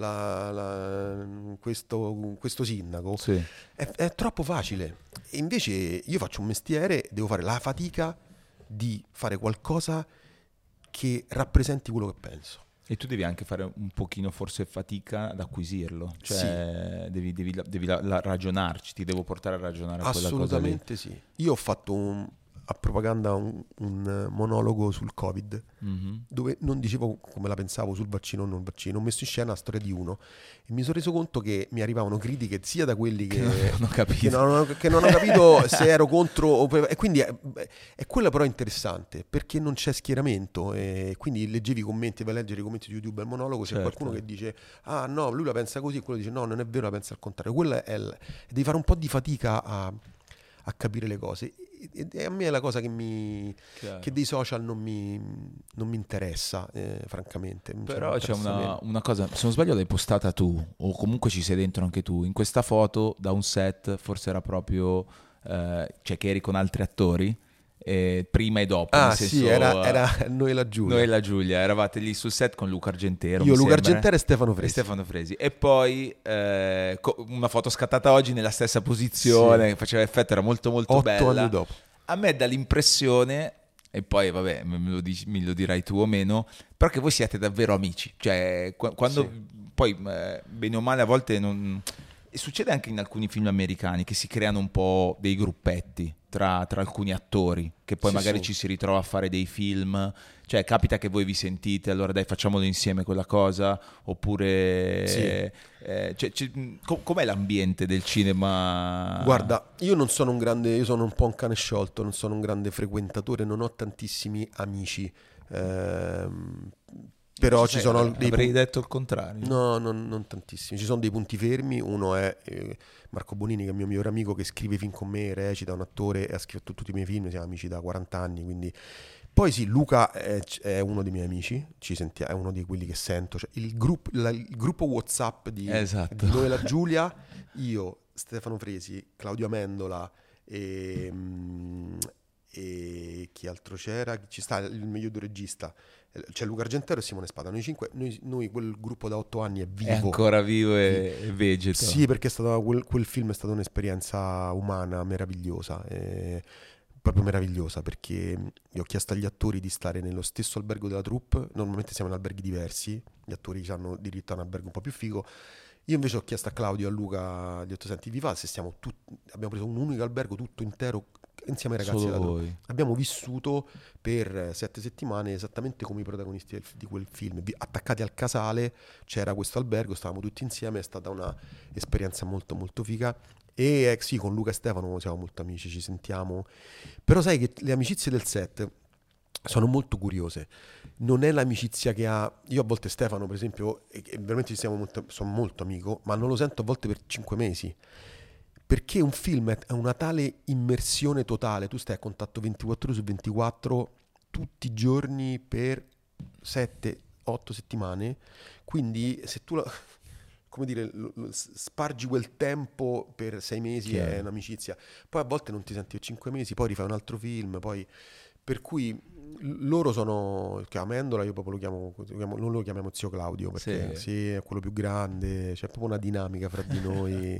questo sindaco,
Sì.
è troppo facile. E invece io faccio un mestiere, devo fare la fatica di fare qualcosa che rappresenti quello che penso.
E tu devi anche fare un pochino forse fatica ad acquisirlo,
Sì,
cioè devi ragionarci, ti devo portare a ragionare a quella cosa lì.
assolutamente sì. Io ho fatto a propaganda un monologo sul Covid,
Mhm.
dove non dicevo come la pensavo sul vaccino o non vaccino, ho messo in scena la storia di uno e mi sono reso conto che mi arrivavano critiche sia da quelli
Che non ho capito.
che non hanno capito se ero contro e quindi è quello però interessante perché non c'è schieramento e quindi leggevi i commenti, vai a leggere i commenti su YouTube al monologo, c'è
Certo.
qualcuno che dice ah no, lui la pensa così e quello dice no, non è vero, la pensa al contrario. Quella devi fare un po' di fatica a capire le cose e a me è la cosa
Chiaro.
che dei social non mi interessa, francamente. Cioè,
Però
mi
c'è
interessa meno.
una cosa, se non sbaglio l'hai postata tu, o comunque ci sei dentro anche tu, in questa foto da un set, forse era proprio, cioè che eri con altri attori, prima e dopo,
Ah
nel senso,
sì, era noi e la Giulia.
noi e la Giulia, eravate lì sul set con Luca Argentero,
Io,
mi
Luca
sembra,
Argentero e Stefano
e
Fresi.
Stefano Fresi. E poi una foto scattata oggi nella stessa posizione,
Sì.
che faceva effetto, era molto molto
8
bella.
anni dopo.
A me dà l'impressione, e poi vabbè me lo dirai tu o meno, però che voi siete davvero amici, cioè quando
Sì.
poi bene o male a volte non... E succede anche in alcuni film americani che si creano un po' dei gruppetti tra alcuni attori, che poi
Sì,
magari
sì.
ci si ritrova a fare dei film, cioè capita che voi vi sentite, allora dai facciamolo insieme quella cosa, oppure...
Sì.
Com'è l'ambiente del cinema?
Guarda, io non sono un grande, io sono un po' un cane sciolto, non sono un grande frequentatore, non ho tantissimi amici. Però
Invece,
ci
sai,
sono dei
avrei
punti.
detto il contrario.
No, non tantissimi. Ci sono dei punti fermi. Uno è Marco Bonini, che è il mio migliore amico, che scrive film con me, recita, è un attore e ha scritto tutti i miei film. Siamo amici da 40 anni. Quindi. Poi sì, Luca è uno dei miei amici, è uno di quelli che sento. Cioè, il gruppo WhatsApp
Esatto.
di noi e la Giulia, io, Stefano Fresi, Claudio Amendola e chi altro c'era? Ci sta il miglior regista. C'è Luca Argentero e Simone Spada. Noi cinque, noi quel gruppo da 8 anni è vivo.
È ancora vivo e vegeta.
Sì, perché quel film è stata un'esperienza umana meravigliosa. Proprio meravigliosa, perché io ho chiesto agli attori di stare nello stesso albergo della troupe. Normalmente siamo in alberghi diversi, gli attori hanno diritto a un albergo un po' più figo. Io invece ho chiesto a Claudio e a Luca, gli ho detto senti, vi va se stiamo tutti, abbiamo preso un unico albergo tutto intero insieme ai ragazzi
Solo
della troupe.
voi.
Abbiamo vissuto per 7 settimane esattamente come i protagonisti di quel film. Attaccati al casale c'era questo albergo, stavamo tutti insieme, è stata un'esperienza molto molto figa. E sì, con Luca e Stefano siamo molto amici, ci sentiamo. Però sai che le amicizie del set sono molto curiose. Non è l'amicizia che ha. Io a volte Stefano, per esempio, e veramente sono molto amico, ma non lo sento a volte per 5 mesi. Perché un film è una tale immersione totale. Tu stai a contatto 24 ore su 24 tutti i giorni per 7-8 settimane. Quindi se tu come dire, spargi quel tempo per 6 mesi
Chiaro.
è un'amicizia. Poi a volte non ti senti per 5 mesi, poi rifai un altro film, poi. Per cui loro sono. Che Amendola io proprio non lo chiamiamo zio Claudio perché
Sì.
sì, è quello più grande, c'è proprio una dinamica fra di noi.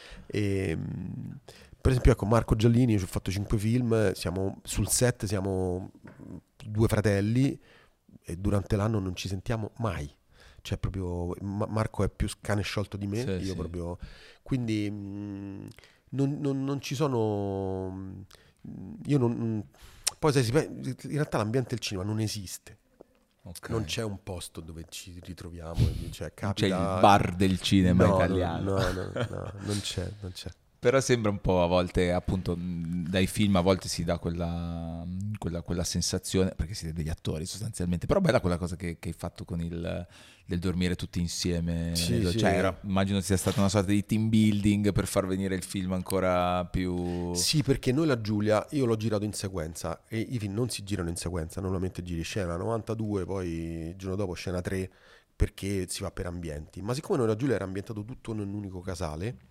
Per esempio, ecco, Marco Giallini, io ci ho fatto 5 film, sul set siamo 2 fratelli e durante l'anno non ci sentiamo mai. Cioè proprio Marco è più cane sciolto di me,
Sì,
io
sì.
proprio. Quindi non ci sono. Io non. Poi in realtà l'ambiente del cinema non esiste.
Ok.
Non c'è un posto dove ci ritroviamo. Cioè,
Non c'è il
capita.
bar del cinema
No,
italiano.
no, non c'è.
Però sembra un po' a volte, appunto, dai film a volte si dà quella sensazione, perché siete degli attori sostanzialmente, però bella quella cosa che hai fatto con del dormire tutti insieme.
Sì, sì.
Cioè, immagino sia stata una sorta di team building per far venire il film ancora più...
Sì, perché noi la Giulia, io l'ho girato in sequenza e i film non si girano in sequenza, normalmente giri scena 92, poi il giorno dopo scena 3 perché si va per ambienti. Ma siccome noi la Giulia era ambientato tutto in un unico casale,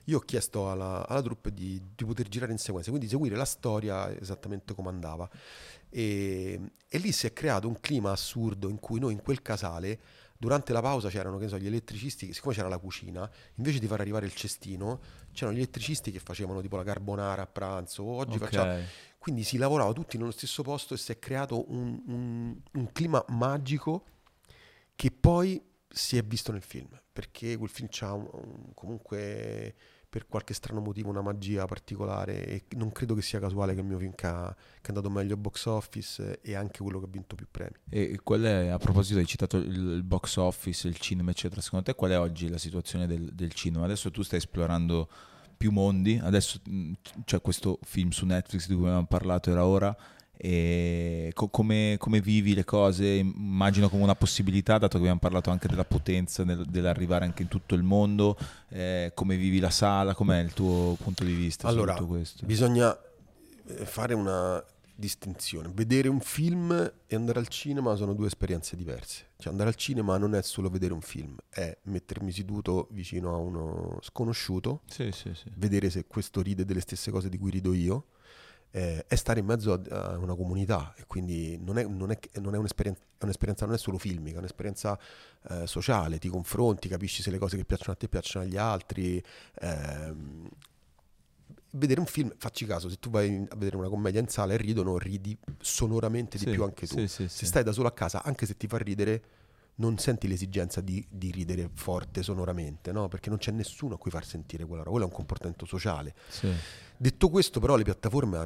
io ho chiesto alla troupe di poter girare in sequenza, quindi seguire la storia esattamente come andava. E lì si è creato un clima assurdo in cui noi in quel casale, durante la pausa c'erano, che ne so, gli elettricisti, siccome c'era la cucina, invece di far arrivare il cestino, c'erano gli elettricisti che facevano tipo la carbonara a pranzo, oggi facciamo...
Ok.
Quindi si lavorava tutti nello stesso posto e si è creato un clima magico che poi si è visto nel film, perché quel film c'ha comunque per qualche strano motivo una magia particolare e non credo che sia casuale che il mio film che è andato meglio al box office e anche quello che ha vinto più premi.
E qual è, a proposito, hai citato il box office, il cinema, eccetera, secondo te qual è oggi la situazione del cinema? Adesso tu stai esplorando più mondi, adesso c'è questo film su Netflix di cui abbiamo parlato, era ora, e come vivi le cose? Immagino come una possibilità, dato che abbiamo parlato anche della potenza dell'arrivare anche in tutto il mondo, come vivi la sala, com'è il tuo punto di vista su
Allora,
tutto questo?
bisogna fare una distinzione. Vedere un film e andare al cinema sono due esperienze diverse. Cioè andare al cinema non è solo vedere un film, è mettermi seduto vicino a uno sconosciuuto,
Sì, sì, sì.
vedere se questo ride delle stesse cose di cui rido io, è stare in mezzo a una comunità e quindi non è un'esperienza, non è solo filmica, è un'esperienza sociale, ti confronti, capisci se le cose che piacciono a te piacciono agli altri. Vedere un film, facci caso, se tu vai a vedere una commedia in sala e ridono, ridi sonoramente di
Sì,
più anche tu.
sì, sì,
Se
sì.
stai da solo a casa, anche se ti fa ridere, non senti l'esigenza di ridere forte sonoramente, no? Perché non c'è nessuno a cui far sentire quella roba, quello è un comportamento sociale.
Sì.
Detto questo, però, le piattaforme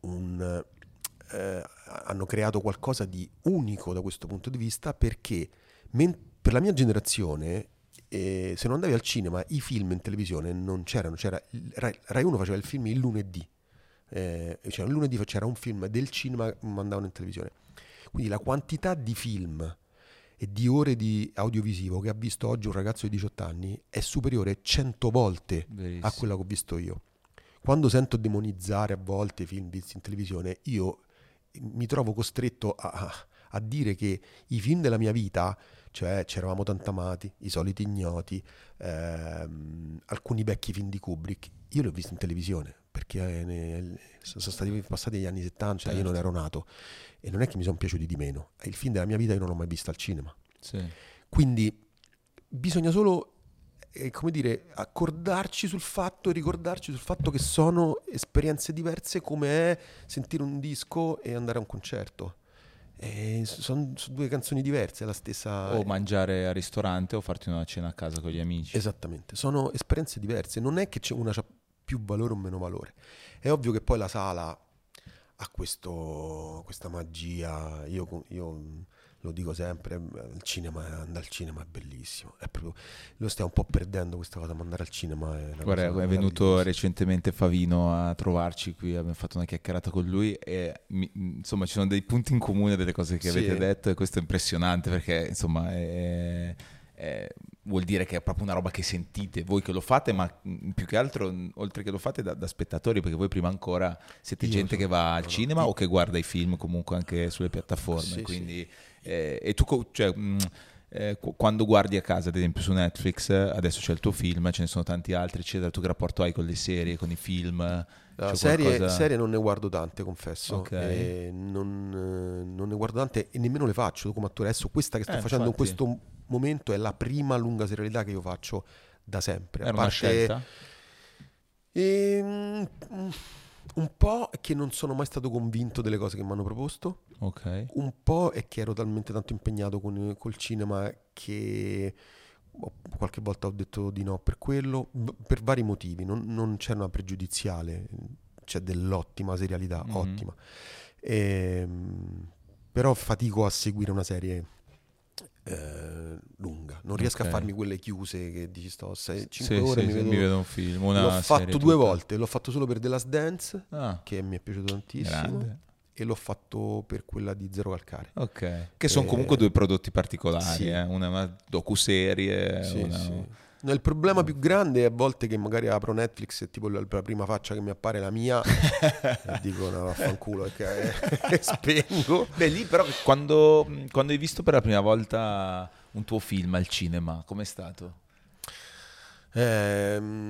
hanno creato qualcosa di unico da questo punto di vista perché per la mia generazione, se non andavi al cinema, i film in televisione non c'erano. Rai 1 faceva il film il lunedì. Cioè, il lunedì c'era un film del cinema che mandavano in televisione. Quindi la quantità di film e di ore di audiovisivo che ha visto oggi un ragazzo di 18 anni è superiore 100 volte a
Verissimo.
quella che ho visto io. Quando sento demonizzare a volte i film visti in televisione, io mi trovo costretto a dire che i film della mia vita, cioè C'eravamo tanto amati, I soliti ignoti, alcuni vecchi film di Kubrick, io li ho visti in televisione perché sono stati passati gli anni 70, io non
Certo.
ero nato e non è che mi sono piaciuti di meno. Il film della mia vita io non l'ho mai visto al cinema.
Sì.
Quindi bisogna solo, come dire, accordarci sul fatto e ricordarci sul fatto che sono esperienze diverse come è sentire un disco e andare a un concerto. Sono due canzoni diverse, è la stessa...
O mangiare al ristorante o farti una cena a casa con gli amici.
Esattamente, sono esperienze diverse, non è che una c'ha più valore o meno valore. È ovvio che poi la sala ha questa magia, io lo dico sempre, andare al cinema è bellissimo, è proprio, lo stiamo un po' perdendo questa cosa, ma andare al cinema è una
Guarda,
cosa
è venuto
meravigliosa.
recentemente Favino a trovarci qui, abbiamo fatto una chiacchierata con lui e insomma ci sono dei punti in comune delle cose che
Sì,
avete detto e questo è impressionante perché insomma vuol dire che è proprio una roba che sentite voi che lo fate, ma più che altro oltre che lo fate da spettatori, perché voi prima ancora siete
io
gente che va al
no,
cinema
io-
o che guarda i film comunque anche sulle piattaforme,
sì,
quindi
sì.
e tu cioè, quando guardi a casa, ad esempio su Netflix, adesso c'è il tuo film, ce ne sono tanti altri, eccetera. Tu che rapporto hai con le serie, con i film? C'è qualcosa?
Serie non ne guardo tante, confesso,
Ok.
non ne guardo tante e nemmeno le faccio come attore. Adesso questa che sto facendo in
Infatti,
questo momento è la prima lunga serialità che io faccio da sempre. A
era una
parte
scelta?
un po' è che non sono mai stato convinto delle cose che mi hanno proposto,
Ok.
un po' è che ero talmente tanto impegnato col cinema che qualche volta ho detto di no per quello, per vari motivi, non c'è una pregiudiziale, c'è dell'ottima serialità,
Mhm.
ottima. Però fatico a seguire una serie lunga, non riesco a
Ok.
farmi quelle chiuse che dici sto 5
Sì,
ore
sì,
mi
sì, mi
vedo.
vedo un film,
L'ho
una serie
fatto due
tutta.
volte, l'ho fatto solo per The Last Dance,
Ah,
che mi è piaciuto tantissimo,
grande.
e l'ho fatto per quella di Zero Calcare.
Ok. Che sono comunque due prodotti particolari,
Sì.
Una docuserie,
Sì,
una...
sì. No, il problema più grande è a volte che magari apro Netflix e tipo la prima faccia che mi appare è la mia e dico no, vaffanculo perché spengo.
Beh, lì però quando hai visto per la prima volta un tuo film al cinema, com'è stato?
Ehm,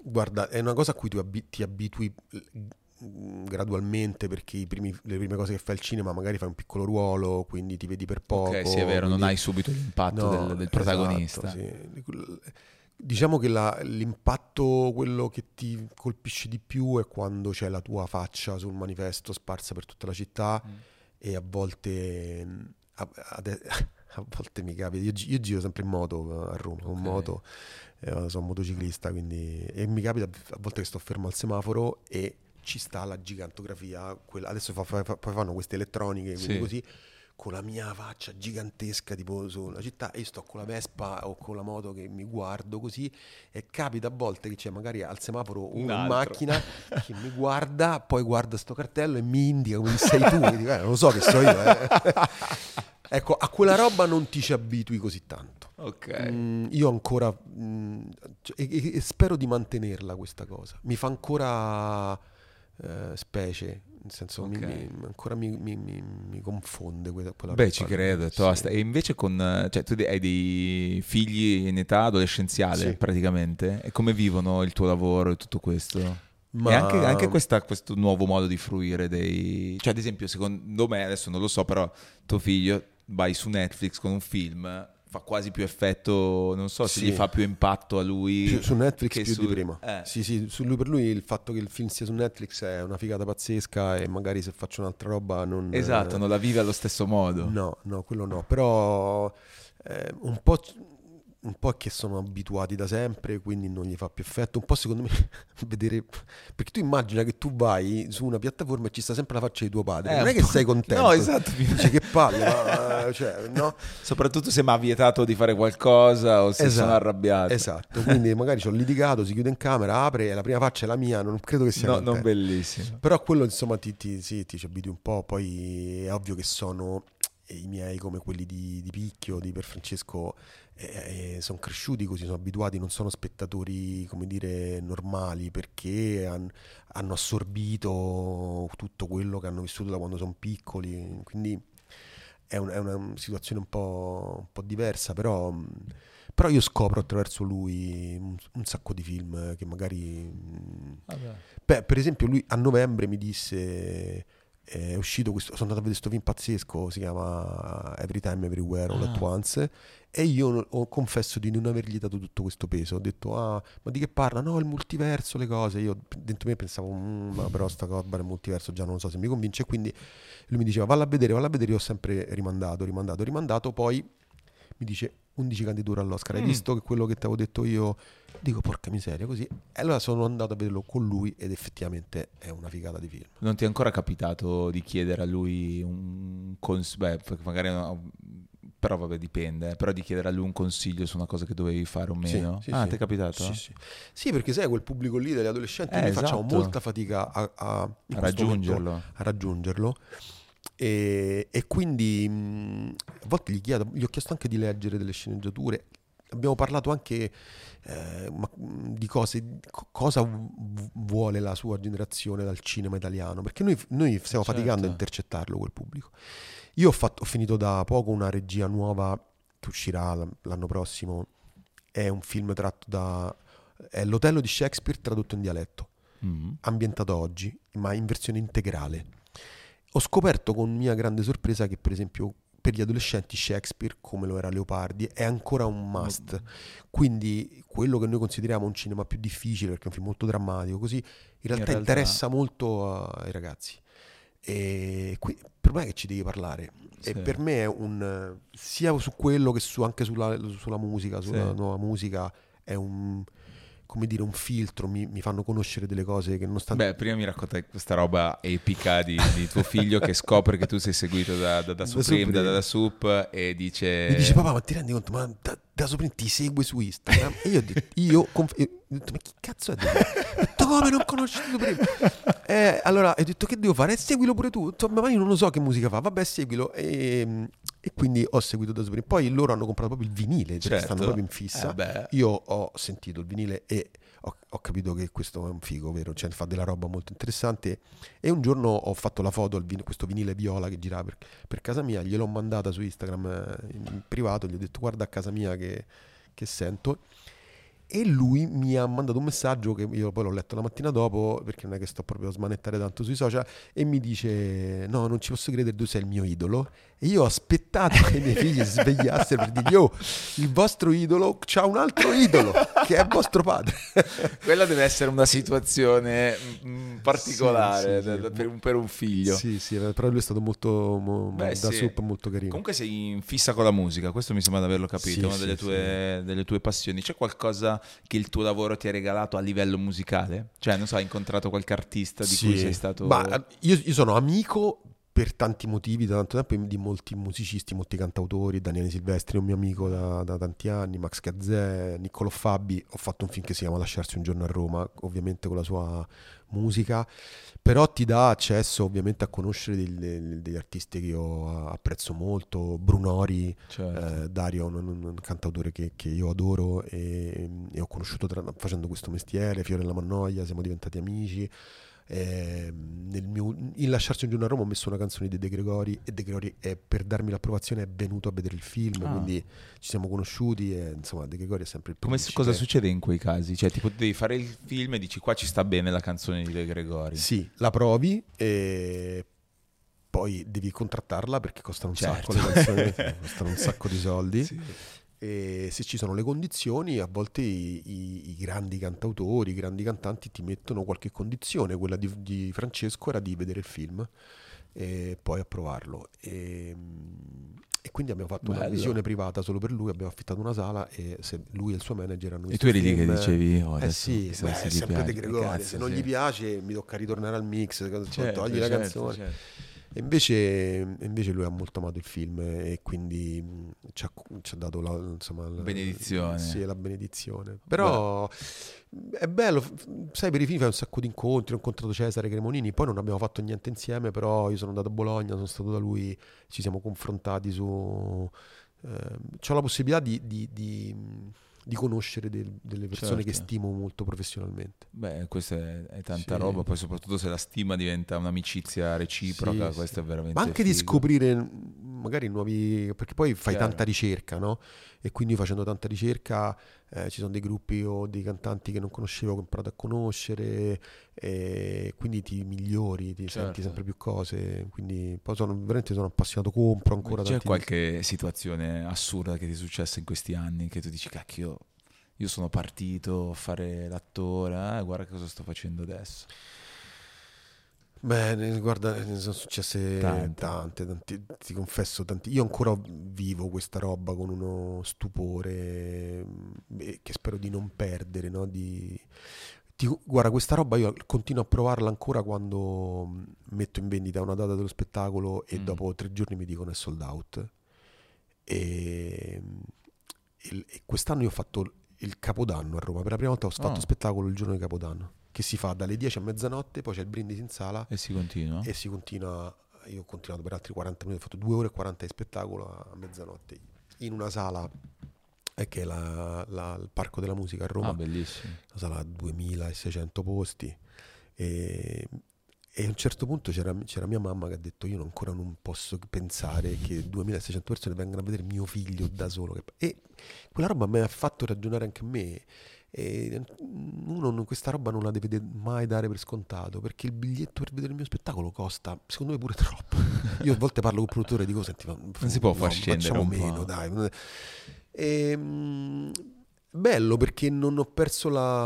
Guarda, è una cosa a cui tu ti abitui gradualmente, perché le prime cose che fai al cinema magari fai un piccolo ruolo, quindi ti vedi per
Ok,
poco.
sì, è vero, non
Quindi...
hai subito l'impatto
No,
del
esatto,
protagonista.
sì. Diciamo che l'impatto, quello che ti colpisce di più è quando c'è la tua faccia sul manifesto sparsa per tutta la città,
Mm.
e a volte, ade- a volte mi capita, io giro sempre in moto a Roma, con
Ok.
moto, sono motociclista, quindi, e mi capita a volte che sto fermo al semaforo e ci sta la gigantografia, adesso poi fanno queste elettroniche, quindi
Sì.
così, con la mia faccia gigantesca tipo sulla città, e io sto con la Vespa o con la moto che mi guardo così, e capita a volte che c'è magari al semaforo
Un
uno in
altro.
macchina che mi guarda, poi guarda sto cartello e mi indica come sei tu, e dico, non lo so che so io. Ecco, a quella roba non ti ci abitui così tanto.
Ok.
Io ancora e spero di mantenerla questa cosa. Mi fa ancora specie, nel senso
Ok.
ancora mi confonde quella
Beh,
roba
ci
lì.
credo, è
Sì.
tosta. E invece cioè, tu hai dei figli in età adolescenziale
Sì.
praticamente, e come vivono il tuo lavoro e tutto questo? E anche
Ma
questo nuovo modo di fruire dei... Cioè, ad esempio, secondo me, adesso non lo so, però tuo figlio vai su Netflix con un film, fa quasi più effetto, non so se gli
sì,
fa più impatto a lui
su Netflix
che
più
su...
di prima. Sì, sì, per lui il fatto che il film sia su Netflix è una figata pazzesca, e magari se faccio un'altra roba non...
Esatto, non la vive allo stesso modo.
No, no, quello no, però un po' è che sono abituati da sempre, quindi non gli fa più effetto. Un po' secondo me vedere, perché tu immagina che tu vai su una piattaforma e ci sta sempre la faccia di tuo padre, non
Un
è che
po'...
sei contento,
No, esatto.
dici che palle, ma cioè, no?
Soprattutto se mi ha vietato di fare qualcosa o se sono
Esatto,
arrabbiato.
esatto, quindi magari ci ho litigato, si chiude in camera, apre e la prima faccia è la mia, non credo che sia
No, non
contento.
bellissimo.
Però quello insomma sì, ti ci abitui un po', poi è ovvio che sono i miei come quelli di Picchio, di Pierfrancesco, sono cresciuti così, sono abituati, non sono spettatori, come dire, normali, perché hanno assorbito tutto quello che hanno vissuto da quando sono piccoli, quindi è una situazione un po' diversa, però io scopro attraverso lui un sacco di film che magari...
Vabbè.
Beh, per esempio lui a novembre mi disse, è uscito questo, sono andato a vedere questo film pazzesco, si chiama Every Time Everywhere All At
Ah,
Once, e io confesso di non avergli dato tutto questo peso. Ho detto, ah, ma di che parla? No, il multiverso, le cose. Io dentro me pensavo, ma però sta roba del multiverso già non so se mi convince, quindi lui mi diceva, valla a vedere, io ho sempre rimandato, poi mi dice 11 candidature all'Oscar, hai visto che quello che ti avevo detto io? Dico, porca miseria, così. E allora sono andato a vederlo con lui, ed effettivamente è una figata di film.
non ti è ancora capitato di chiedere a lui beh, perché magari però vabbè, dipende, però di chiedere a lui un consiglio su una cosa che dovevi fare o
Sì,
meno?
sì,
Ah,
sì.
ti è capitato?
Sì, sì. Sì, perché sai, quel pubblico lì degli adolescenti, noi facciamo
Esatto,
molta fatica in
a
questo momento
raggiungerlo.
a raggiungerlo. E quindi a volte gli ho chiesto anche di leggere delle sceneggiature. Abbiamo parlato anche di cose, cosa vuole la sua generazione dal cinema italiano, perché noi stiamo faticando a
Certo.
intercettarlo quel pubblico. Io ho finito da poco una regia nuova che uscirà l'anno prossimo, è un film è l'Otello di Shakespeare tradotto in dialetto,
Mm.
ambientato oggi, ma in versione integrale. Ho scoperto con mia grande sorpresa che, per esempio, per gli adolescenti Shakespeare, come lo era Leopardi, è ancora un must. Quindi quello che noi consideriamo un cinema più difficile, perché è un film molto drammatico, così, in realtà interessa molto ai ragazzi. E per me che ci devi parlare. E
Sì.
per me è sia su quello che anche sulla musica, sulla
Sì.
nuova musica, è come dire, un filtro, mi fanno conoscere delle cose che nonostante...
Beh, prima mi raccontai questa roba epica di tuo figlio che scopre che tu sei seguito da Supreme, da Sup, e dice...
Mi dice, papà, ma ti rendi conto? Ma da Supreme ti segue su Instagram? E io ho detto, io ho detto, ma chi cazzo è? Ho detto, come non conosci Supreme? Allora ho detto, che devo fare? Seguilo pure tu. Ho detto, ma io non lo so che musica fa. Vabbè, seguilo. E quindi ho seguito da Supreme. Poi loro hanno comprato proprio il vinile, perché
Certo.
stanno proprio in fissa.
Beh.
Io ho sentito il vinile e ho capito che questo è un figo, vero? Cioè fa della roba molto interessante. E un giorno ho fatto la foto questo vinile viola che girava per casa mia, gliel'ho mandata su Instagram in privato, gli ho detto, guarda a casa mia che sento. E lui mi ha mandato un messaggio che io poi l'ho letto la mattina dopo, perché non è che sto proprio a smanettare tanto sui social, e mi dice: no, non ci posso credere, tu sei il mio idolo. E io ho aspettato che i miei figli si svegliassero per dirgli: oh, il vostro idolo c'ha un altro idolo che è vostro padre.
Quella deve essere una situazione particolare
Sì, sì, sì.
per un figlio.
Sì, sì, però lui è stato molto
Beh,
da
sì.
sup, molto carino.
Comunque sei in fissa con la musica, questo mi sembra di averlo capito,
Sì,
è una
sì,
delle tue passioni. C'è qualcosa che il tuo lavoro ti ha regalato a livello musicale? Cioè, non so, hai incontrato qualche artista di cui sei stato...
Ma io sono amico per tanti motivi da tanto tempo di molti musicisti, molti cantautori. Daniele Silvestri è un mio amico da tanti anni, Max Gazzè, Niccolò Fabi. Ho fatto un film che si chiama Lasciarsi un giorno a Roma, ovviamente con la sua musica, però ti dà accesso ovviamente a conoscere degli artisti che io apprezzo molto. Brunori,
Certo.
Dario, un cantautore che io adoro e ho conosciuto facendo questo mestiere. Fiorella Mannoia, siamo diventati amici. In Lasciarsi un giorno a Roma ho messo una canzone di De Gregori, e De Gregori per darmi l'approvazione è venuto a vedere il film,
Ah.
quindi ci siamo conosciuti e insomma De Gregori è sempre il principe.
Cosa succede in quei casi? Cioè, tipo, devi fare il film e dici qua ci sta bene la canzone di De Gregori.
Sì, la provi e poi devi contrattarla perché costano un
Certo.
sacco le canzoni, costano un sacco di soldi.
Sì.
E se ci sono le condizioni, a volte i grandi cantautori, i grandi cantanti ti mettono qualche condizione. Quella di Francesco era di vedere il film e poi approvarlo. E quindi abbiamo fatto una
Bello.
visione privata solo per lui, abbiamo affittato una sala e lui e il suo manager hanno
E
visto
tu
il
eri lì che
film.
dicevi, oh, adesso
Sì,
chissà se
è
gli
sempre De
piace.
Gregori,
Cazzo,
se non
sì.
gli piace mi tocca ritornare al mix,
Certo,
togli la
certo,
canzone.
certo.
E invece lui ha molto amato il film e quindi ci ha dato insomma,
Benedizione.
sì, la benedizione. Però è bello, sai, per i film fai un sacco di incontri. Ho incontrato Cesare Cremonini, poi non abbiamo fatto niente insieme, però io sono andato a Bologna, sono stato da lui, ci siamo confrontati su... c'ho la possibilità di conoscere delle persone che
Certo.
stimo molto professionalmente.
Beh, questa è tanta
Sì.
roba, poi soprattutto se la stima diventa un'amicizia reciproca,
Sì,
questo
sì.
è veramente
Ma anche di
figo.
scoprire magari nuovi, perché poi fai
Chiaro.
tanta ricerca, no? E quindi facendo tanta ricerca ci sono dei gruppi o dei cantanti che non conoscevo che ho imparato a conoscere, e quindi ti migliori, ti senti
Certo.
sempre più cose. Quindi poi veramente sono appassionato, compro ancora
C'è
tanti
qualche situazione assurda che ti è successa in questi anni che tu dici, cacchio, io sono partito a fare l'attore, guarda cosa sto facendo adesso.
Beh, guarda, ne sono successe
Tante.
tante, ti confesso, tanti. Io ancora vivo questa roba con uno stupore che spero di non perdere, no? Guarda, questa roba io continuo a provarla ancora quando metto in vendita una data dello spettacolo e dopo 3 giorni mi dicono è sold out. E, e quest'anno io ho fatto il Capodanno a Roma. Per la prima volta ho fatto spettacolo il giorno di Capodanno, che si fa dalle 10 a mezzanotte, poi c'è il brindisi in sala
E si continua?
e si continua. Io ho continuato per altri 40 minuti, ho fatto 2 ore e 40 di spettacolo a mezzanotte in una sala che è il Parco della Musica a Roma,
Ah, bellissimo.
una sala a 2600 posti. E a un certo punto c'era mia mamma che ha detto: io ancora non posso pensare che 2600 persone vengano a vedere mio figlio da solo. E quella roba mi ha fatto ragionare anche a me. E uno questa roba non la deve mai dare per scontato, perché il biglietto per vedere il mio spettacolo costa, secondo me, pure troppo. Io a volte parlo con il produttore e dico: senti,
Non si può far scendere
facciamo
un
meno,
po'.
dai. Bello perché non ho perso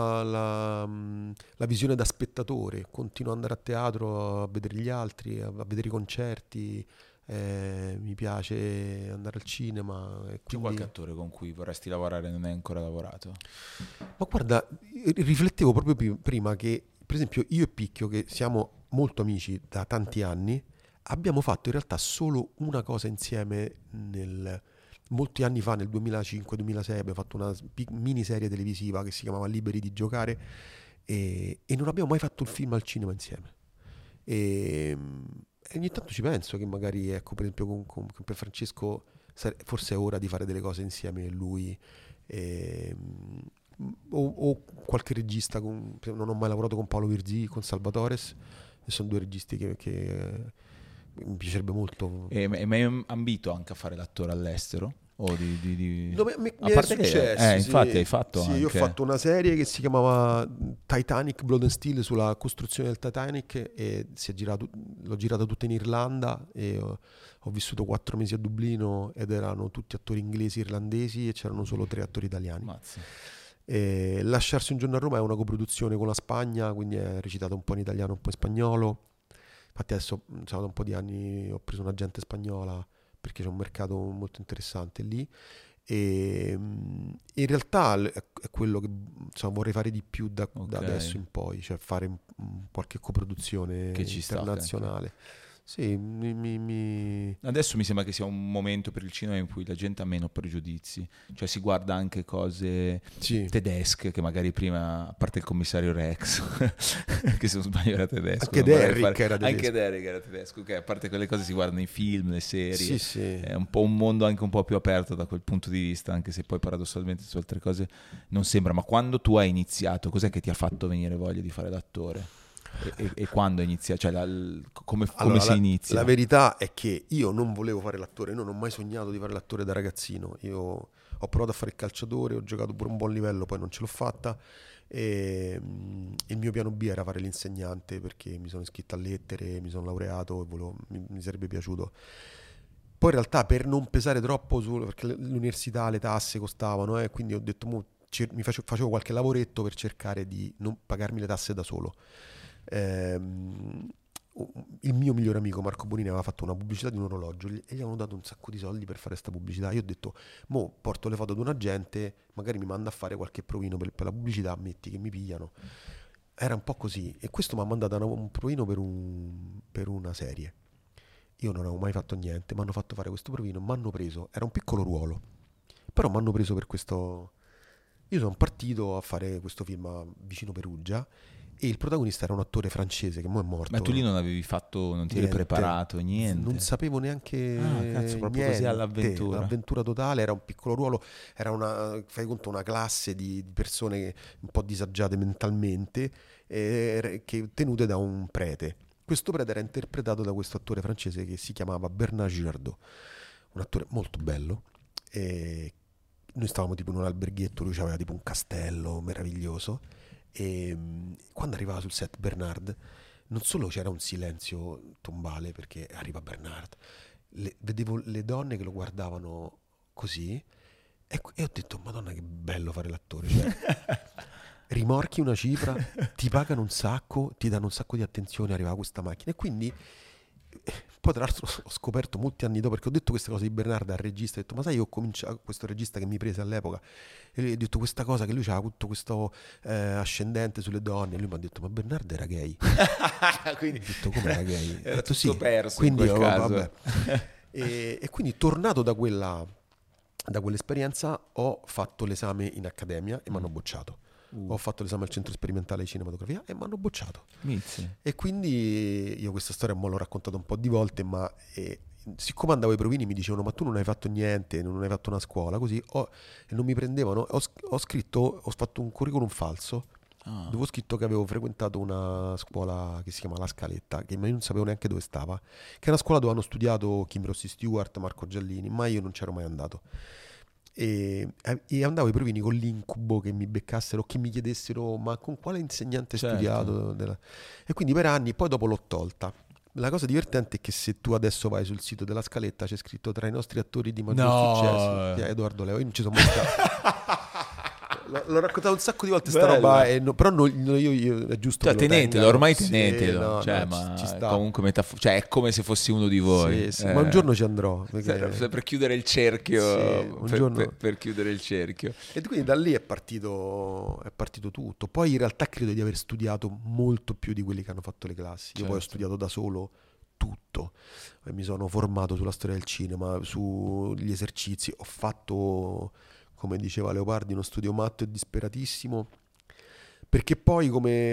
la visione da spettatore, continuo ad andare a teatro a vedere gli altri, a vedere i concerti, mi piace andare al cinema. E
C'è
quindi...
qualche attore con cui vorresti lavorare e non hai ancora lavorato?
Ma guarda, riflettevo proprio prima che, per esempio, io e Picchio, che siamo molto amici da tanti anni, abbiamo fatto in realtà solo una cosa insieme molti anni fa, nel 2005-2006, abbiamo fatto una miniserie televisiva che si chiamava Liberi di giocare e non abbiamo mai fatto il film al cinema insieme. E ogni tanto ci penso che magari, ecco, per esempio per Francesco forse è ora di fare delle cose insieme a lui. O qualche regista, non ho mai lavorato con Paolo Virzì, con Salvatores, e sono due registi che mi piacerebbe molto.
E mi hai ambito anche a fare l'attore all'estero? O di...
No, mi
A
è
parte che,
successo,
infatti
sì.
hai fatto
Sì,
anche...
io ho fatto una serie che si chiamava Titanic Blood and Steel sulla costruzione del Titanic e l'ho girata tutta in Irlanda e ho vissuto 4 mesi a Dublino ed erano tutti attori inglesi e irlandesi e c'erano solo 3 attori italiani.
Mazza.
E Lasciarsi un giorno a Roma è una coproduzione con la Spagna, quindi è recitato un po' in italiano, un po' in spagnolo. Infatti adesso, da un po' di anni ho preso un'agente spagnola perché c'è un mercato molto interessante lì e in realtà è quello che vorrei fare di più da adesso in poi, cioè fare qualche coproduzione
Che ci sta,
internazionale. Sì,
Adesso mi sembra che sia un momento per il cinema in cui la gente ha meno pregiudizi, cioè si guarda anche cose
sì.
tedesche che magari prima, a parte il commissario Rex, che se non sbaglio era tedesco.
Anche Derrick era tedesco.
Anche Derrick era tedesco, ok, a parte quelle cose si guardano i film, le serie,
Sì, sì.
è un po' un mondo anche un po' più aperto da quel punto di vista, anche se poi paradossalmente su altre cose non sembra. Ma quando tu hai iniziato, cos'è che ti ha fatto venire voglia di fare l'attore? E quando inizia? Cioè come si inizia?
La verità è che io non volevo fare l'attore, non ho mai sognato di fare l'attore da ragazzino. Io ho provato a fare il calciatore, ho giocato pure un buon livello, poi non ce l'ho fatta. E il mio piano B era fare l'insegnante perché mi sono iscritto a lettere, mi sono laureato e mi sarebbe piaciuto. Poi in realtà per non pesare troppo perché l'università, le tasse costavano, quindi ho detto facevo qualche lavoretto per cercare di non pagarmi le tasse da solo. Il mio migliore amico Marco Bonini aveva fatto una pubblicità di un orologio e gli avevano dato un sacco di soldi per fare questa pubblicità. Io ho detto, porto le foto ad un agente, magari mi manda a fare qualche provino per la pubblicità, metti che mi pigliano. Era un po' così e questo mi ha mandato un provino per una serie. Io non avevo mai fatto niente, mi hanno fatto fare questo provino, mi hanno preso, era un piccolo ruolo, però mi hanno preso per questo. Io sono partito a fare questo film vicino Perugia e il protagonista era un attore francese che mo' è morto.
Ma tu lì non avevi fatto, non ti eri
Niente.
preparato, niente?
Non sapevo neanche
cazzo, proprio
niente.
così all'avventura.
L'avventura totale, era un piccolo ruolo, era fai conto, una classe di persone un po' disagiate mentalmente che tenute da un prete. Questo prete era interpretato da questo attore francese che si chiamava Bernard Girardot, un attore molto bello. E noi stavamo tipo in un alberghetto, lui aveva tipo un castello meraviglioso e quando arrivava sul set Bernard non solo c'era un silenzio tombale perché arriva Bernard, vedevo le donne che lo guardavano così e ho detto Madonna che bello fare l'attore, cioè, rimorchi una cifra, ti pagano un sacco, ti danno un sacco di attenzione, arriva questa macchina e quindi poi tra l'altro ho scoperto molti anni dopo perché ho detto queste cose di Bernardo al regista, ho detto ma sai io ho cominciato, questo regista che mi prese all'epoca e lui ha detto questa cosa che lui aveva tutto questo ascendente sulle donne e lui mi ha detto ma Bernardo era gay.
Quindi
ho detto come era gay?
era
ho detto,
tutto
sì.
perso
Quindi
in quel caso.
vabbè. E quindi tornato da quell'esperienza ho fatto l'esame in accademia e mi hanno bocciato. Ho fatto l'esame al centro sperimentale di cinematografia e mi hanno bocciato.
Mizzi.
E quindi io questa storia l'ho raccontata un po' di volte, ma siccome andavo ai provini mi dicevano ma tu non hai fatto niente, non hai fatto una scuola, così e non mi prendevano, ho fatto un curriculum falso dove ho scritto che avevo frequentato una scuola che si chiama La Scaletta, che io non sapevo neanche dove stava, che è una scuola dove hanno studiato Kim Rossi Stewart, Marco Giallini, ma io non c'ero mai andato. E andavo ai provini con l'incubo che mi beccassero, che mi chiedessero ma con quale insegnante hai studiato e quindi per anni, poi dopo l'ho tolta. La cosa divertente è che se tu adesso vai sul sito della Scaletta c'è scritto tra i nostri attori di maggior successo Edoardo Leo, io non ci sono mai stato. L'ho raccontato un sacco di volte sta roba però io è giusto che
tenetelo, ormai tenetelo,
sì,
ma
ci sta.
comunque cioè è come se fossi uno di voi.
Sì, ma un giorno ci andrò
per chiudere il cerchio, per chiudere il cerchio.
E quindi da lì è partito tutto. Poi in realtà credo di aver studiato molto più di quelli che hanno fatto le classi. Io poi ho studiato da solo tutto, mi sono formato sulla storia del cinema, sugli esercizi, ho fatto, come diceva Leopardi, uno studio matto e disperatissimo, perché poi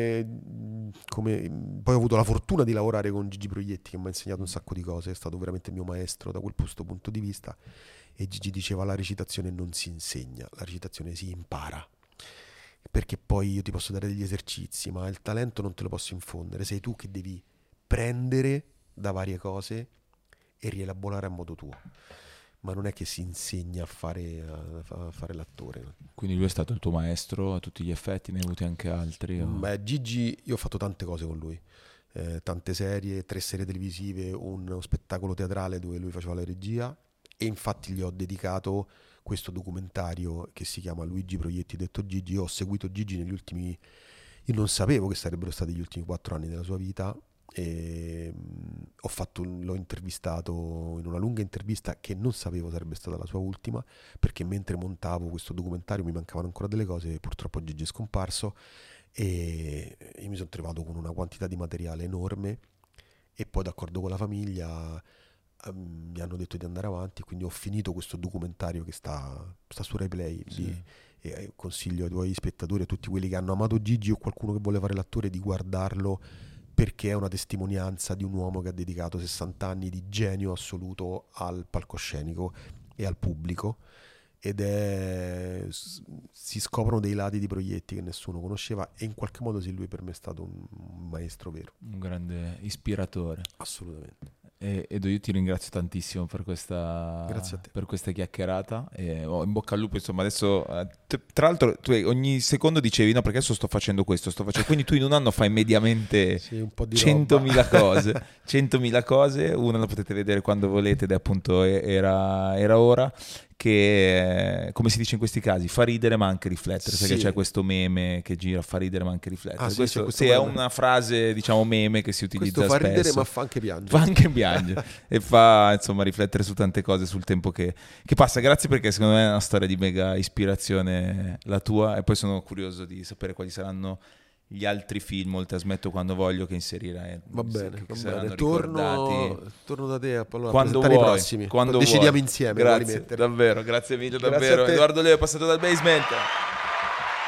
poi ho avuto la fortuna di lavorare con Gigi Proietti che mi ha insegnato un sacco di cose, è stato veramente il mio maestro da questo punto di vista, e Gigi diceva la recitazione non si insegna, la recitazione si impara, perché poi io ti posso dare degli esercizi ma il talento non te lo posso infondere, sei tu che devi prendere da varie cose e rielaborare a modo tuo. ma non è che si insegna a fare l'attore.
Quindi lui è stato il tuo maestro a tutti gli effetti, ne hai avuti anche altri?
Beh, Gigi, io ho fatto tante cose con lui, tante serie, 3 serie televisive, uno spettacolo teatrale dove lui faceva la regia, e infatti gli ho dedicato questo documentario che si chiama Luigi Proietti detto Gigi. Io ho seguito Gigi negli ultimi, io non sapevo che sarebbero stati gli ultimi 4 anni della sua vita, e l'ho intervistato in una lunga intervista che non sapevo sarebbe stata la sua ultima, perché mentre montavo questo documentario mi mancavano ancora delle cose, e purtroppo Gigi è scomparso, e io mi sono trovato con una quantità di materiale enorme, e poi d'accordo con la famiglia mi hanno detto di andare avanti, quindi ho finito questo documentario che sta su Rai Play.
Sì.
E consiglio ai tuoi spettatori, a tutti quelli che hanno amato Gigi o qualcuno che vuole fare l'attore, di guardarlo, perché è una testimonianza di un uomo che ha dedicato 60 anni di genio assoluto al palcoscenico e al pubblico, si scoprono dei lati di Proietti che nessuno conosceva, e in qualche modo sì, lui per me è stato un maestro vero.
Un grande ispiratore.
Assolutamente.
Edo, io ti ringrazio tantissimo per questa,
Grazie a te.
per questa chiacchierata, e in bocca al lupo, insomma. Adesso tra l'altro tu ogni secondo dicevi no, perché adesso sto facendo questo, quindi tu in un anno fai mediamente
Sì, un po' di
100.000 cose 100.000 cose. Una la potete vedere quando volete, ed è appunto era ora, che come si dice in questi casi, fa ridere ma anche riflettere, perché
Sì.
c'è questo meme che gira, fa ridere ma anche riflettere.
Sì,
Questo,
c'è questo
sì, è
meme.
una frase, diciamo, meme che si utilizza
Questo fa
spesso.
ridere ma fa anche piangere.
Fa anche piangere e fa, insomma, riflettere su tante cose, sul tempo che passa. Grazie, perché secondo me è una storia di mega ispirazione la tua, e poi sono curioso di sapere quali saranno gli altri film, oltre a Smetto quando voglio, che inserirai.
Va bene,
che
va
saranno
bene.
ricordati
Torno da te allora,
quando
presentare
vuoi,
i prossimi.
quando
Decidiamo
vuoi.
insieme quali
Grazie,
mettere.
davvero, grazie mille,
Grazie
davvero.
a te.
Edoardo Leo è passato dal Basement.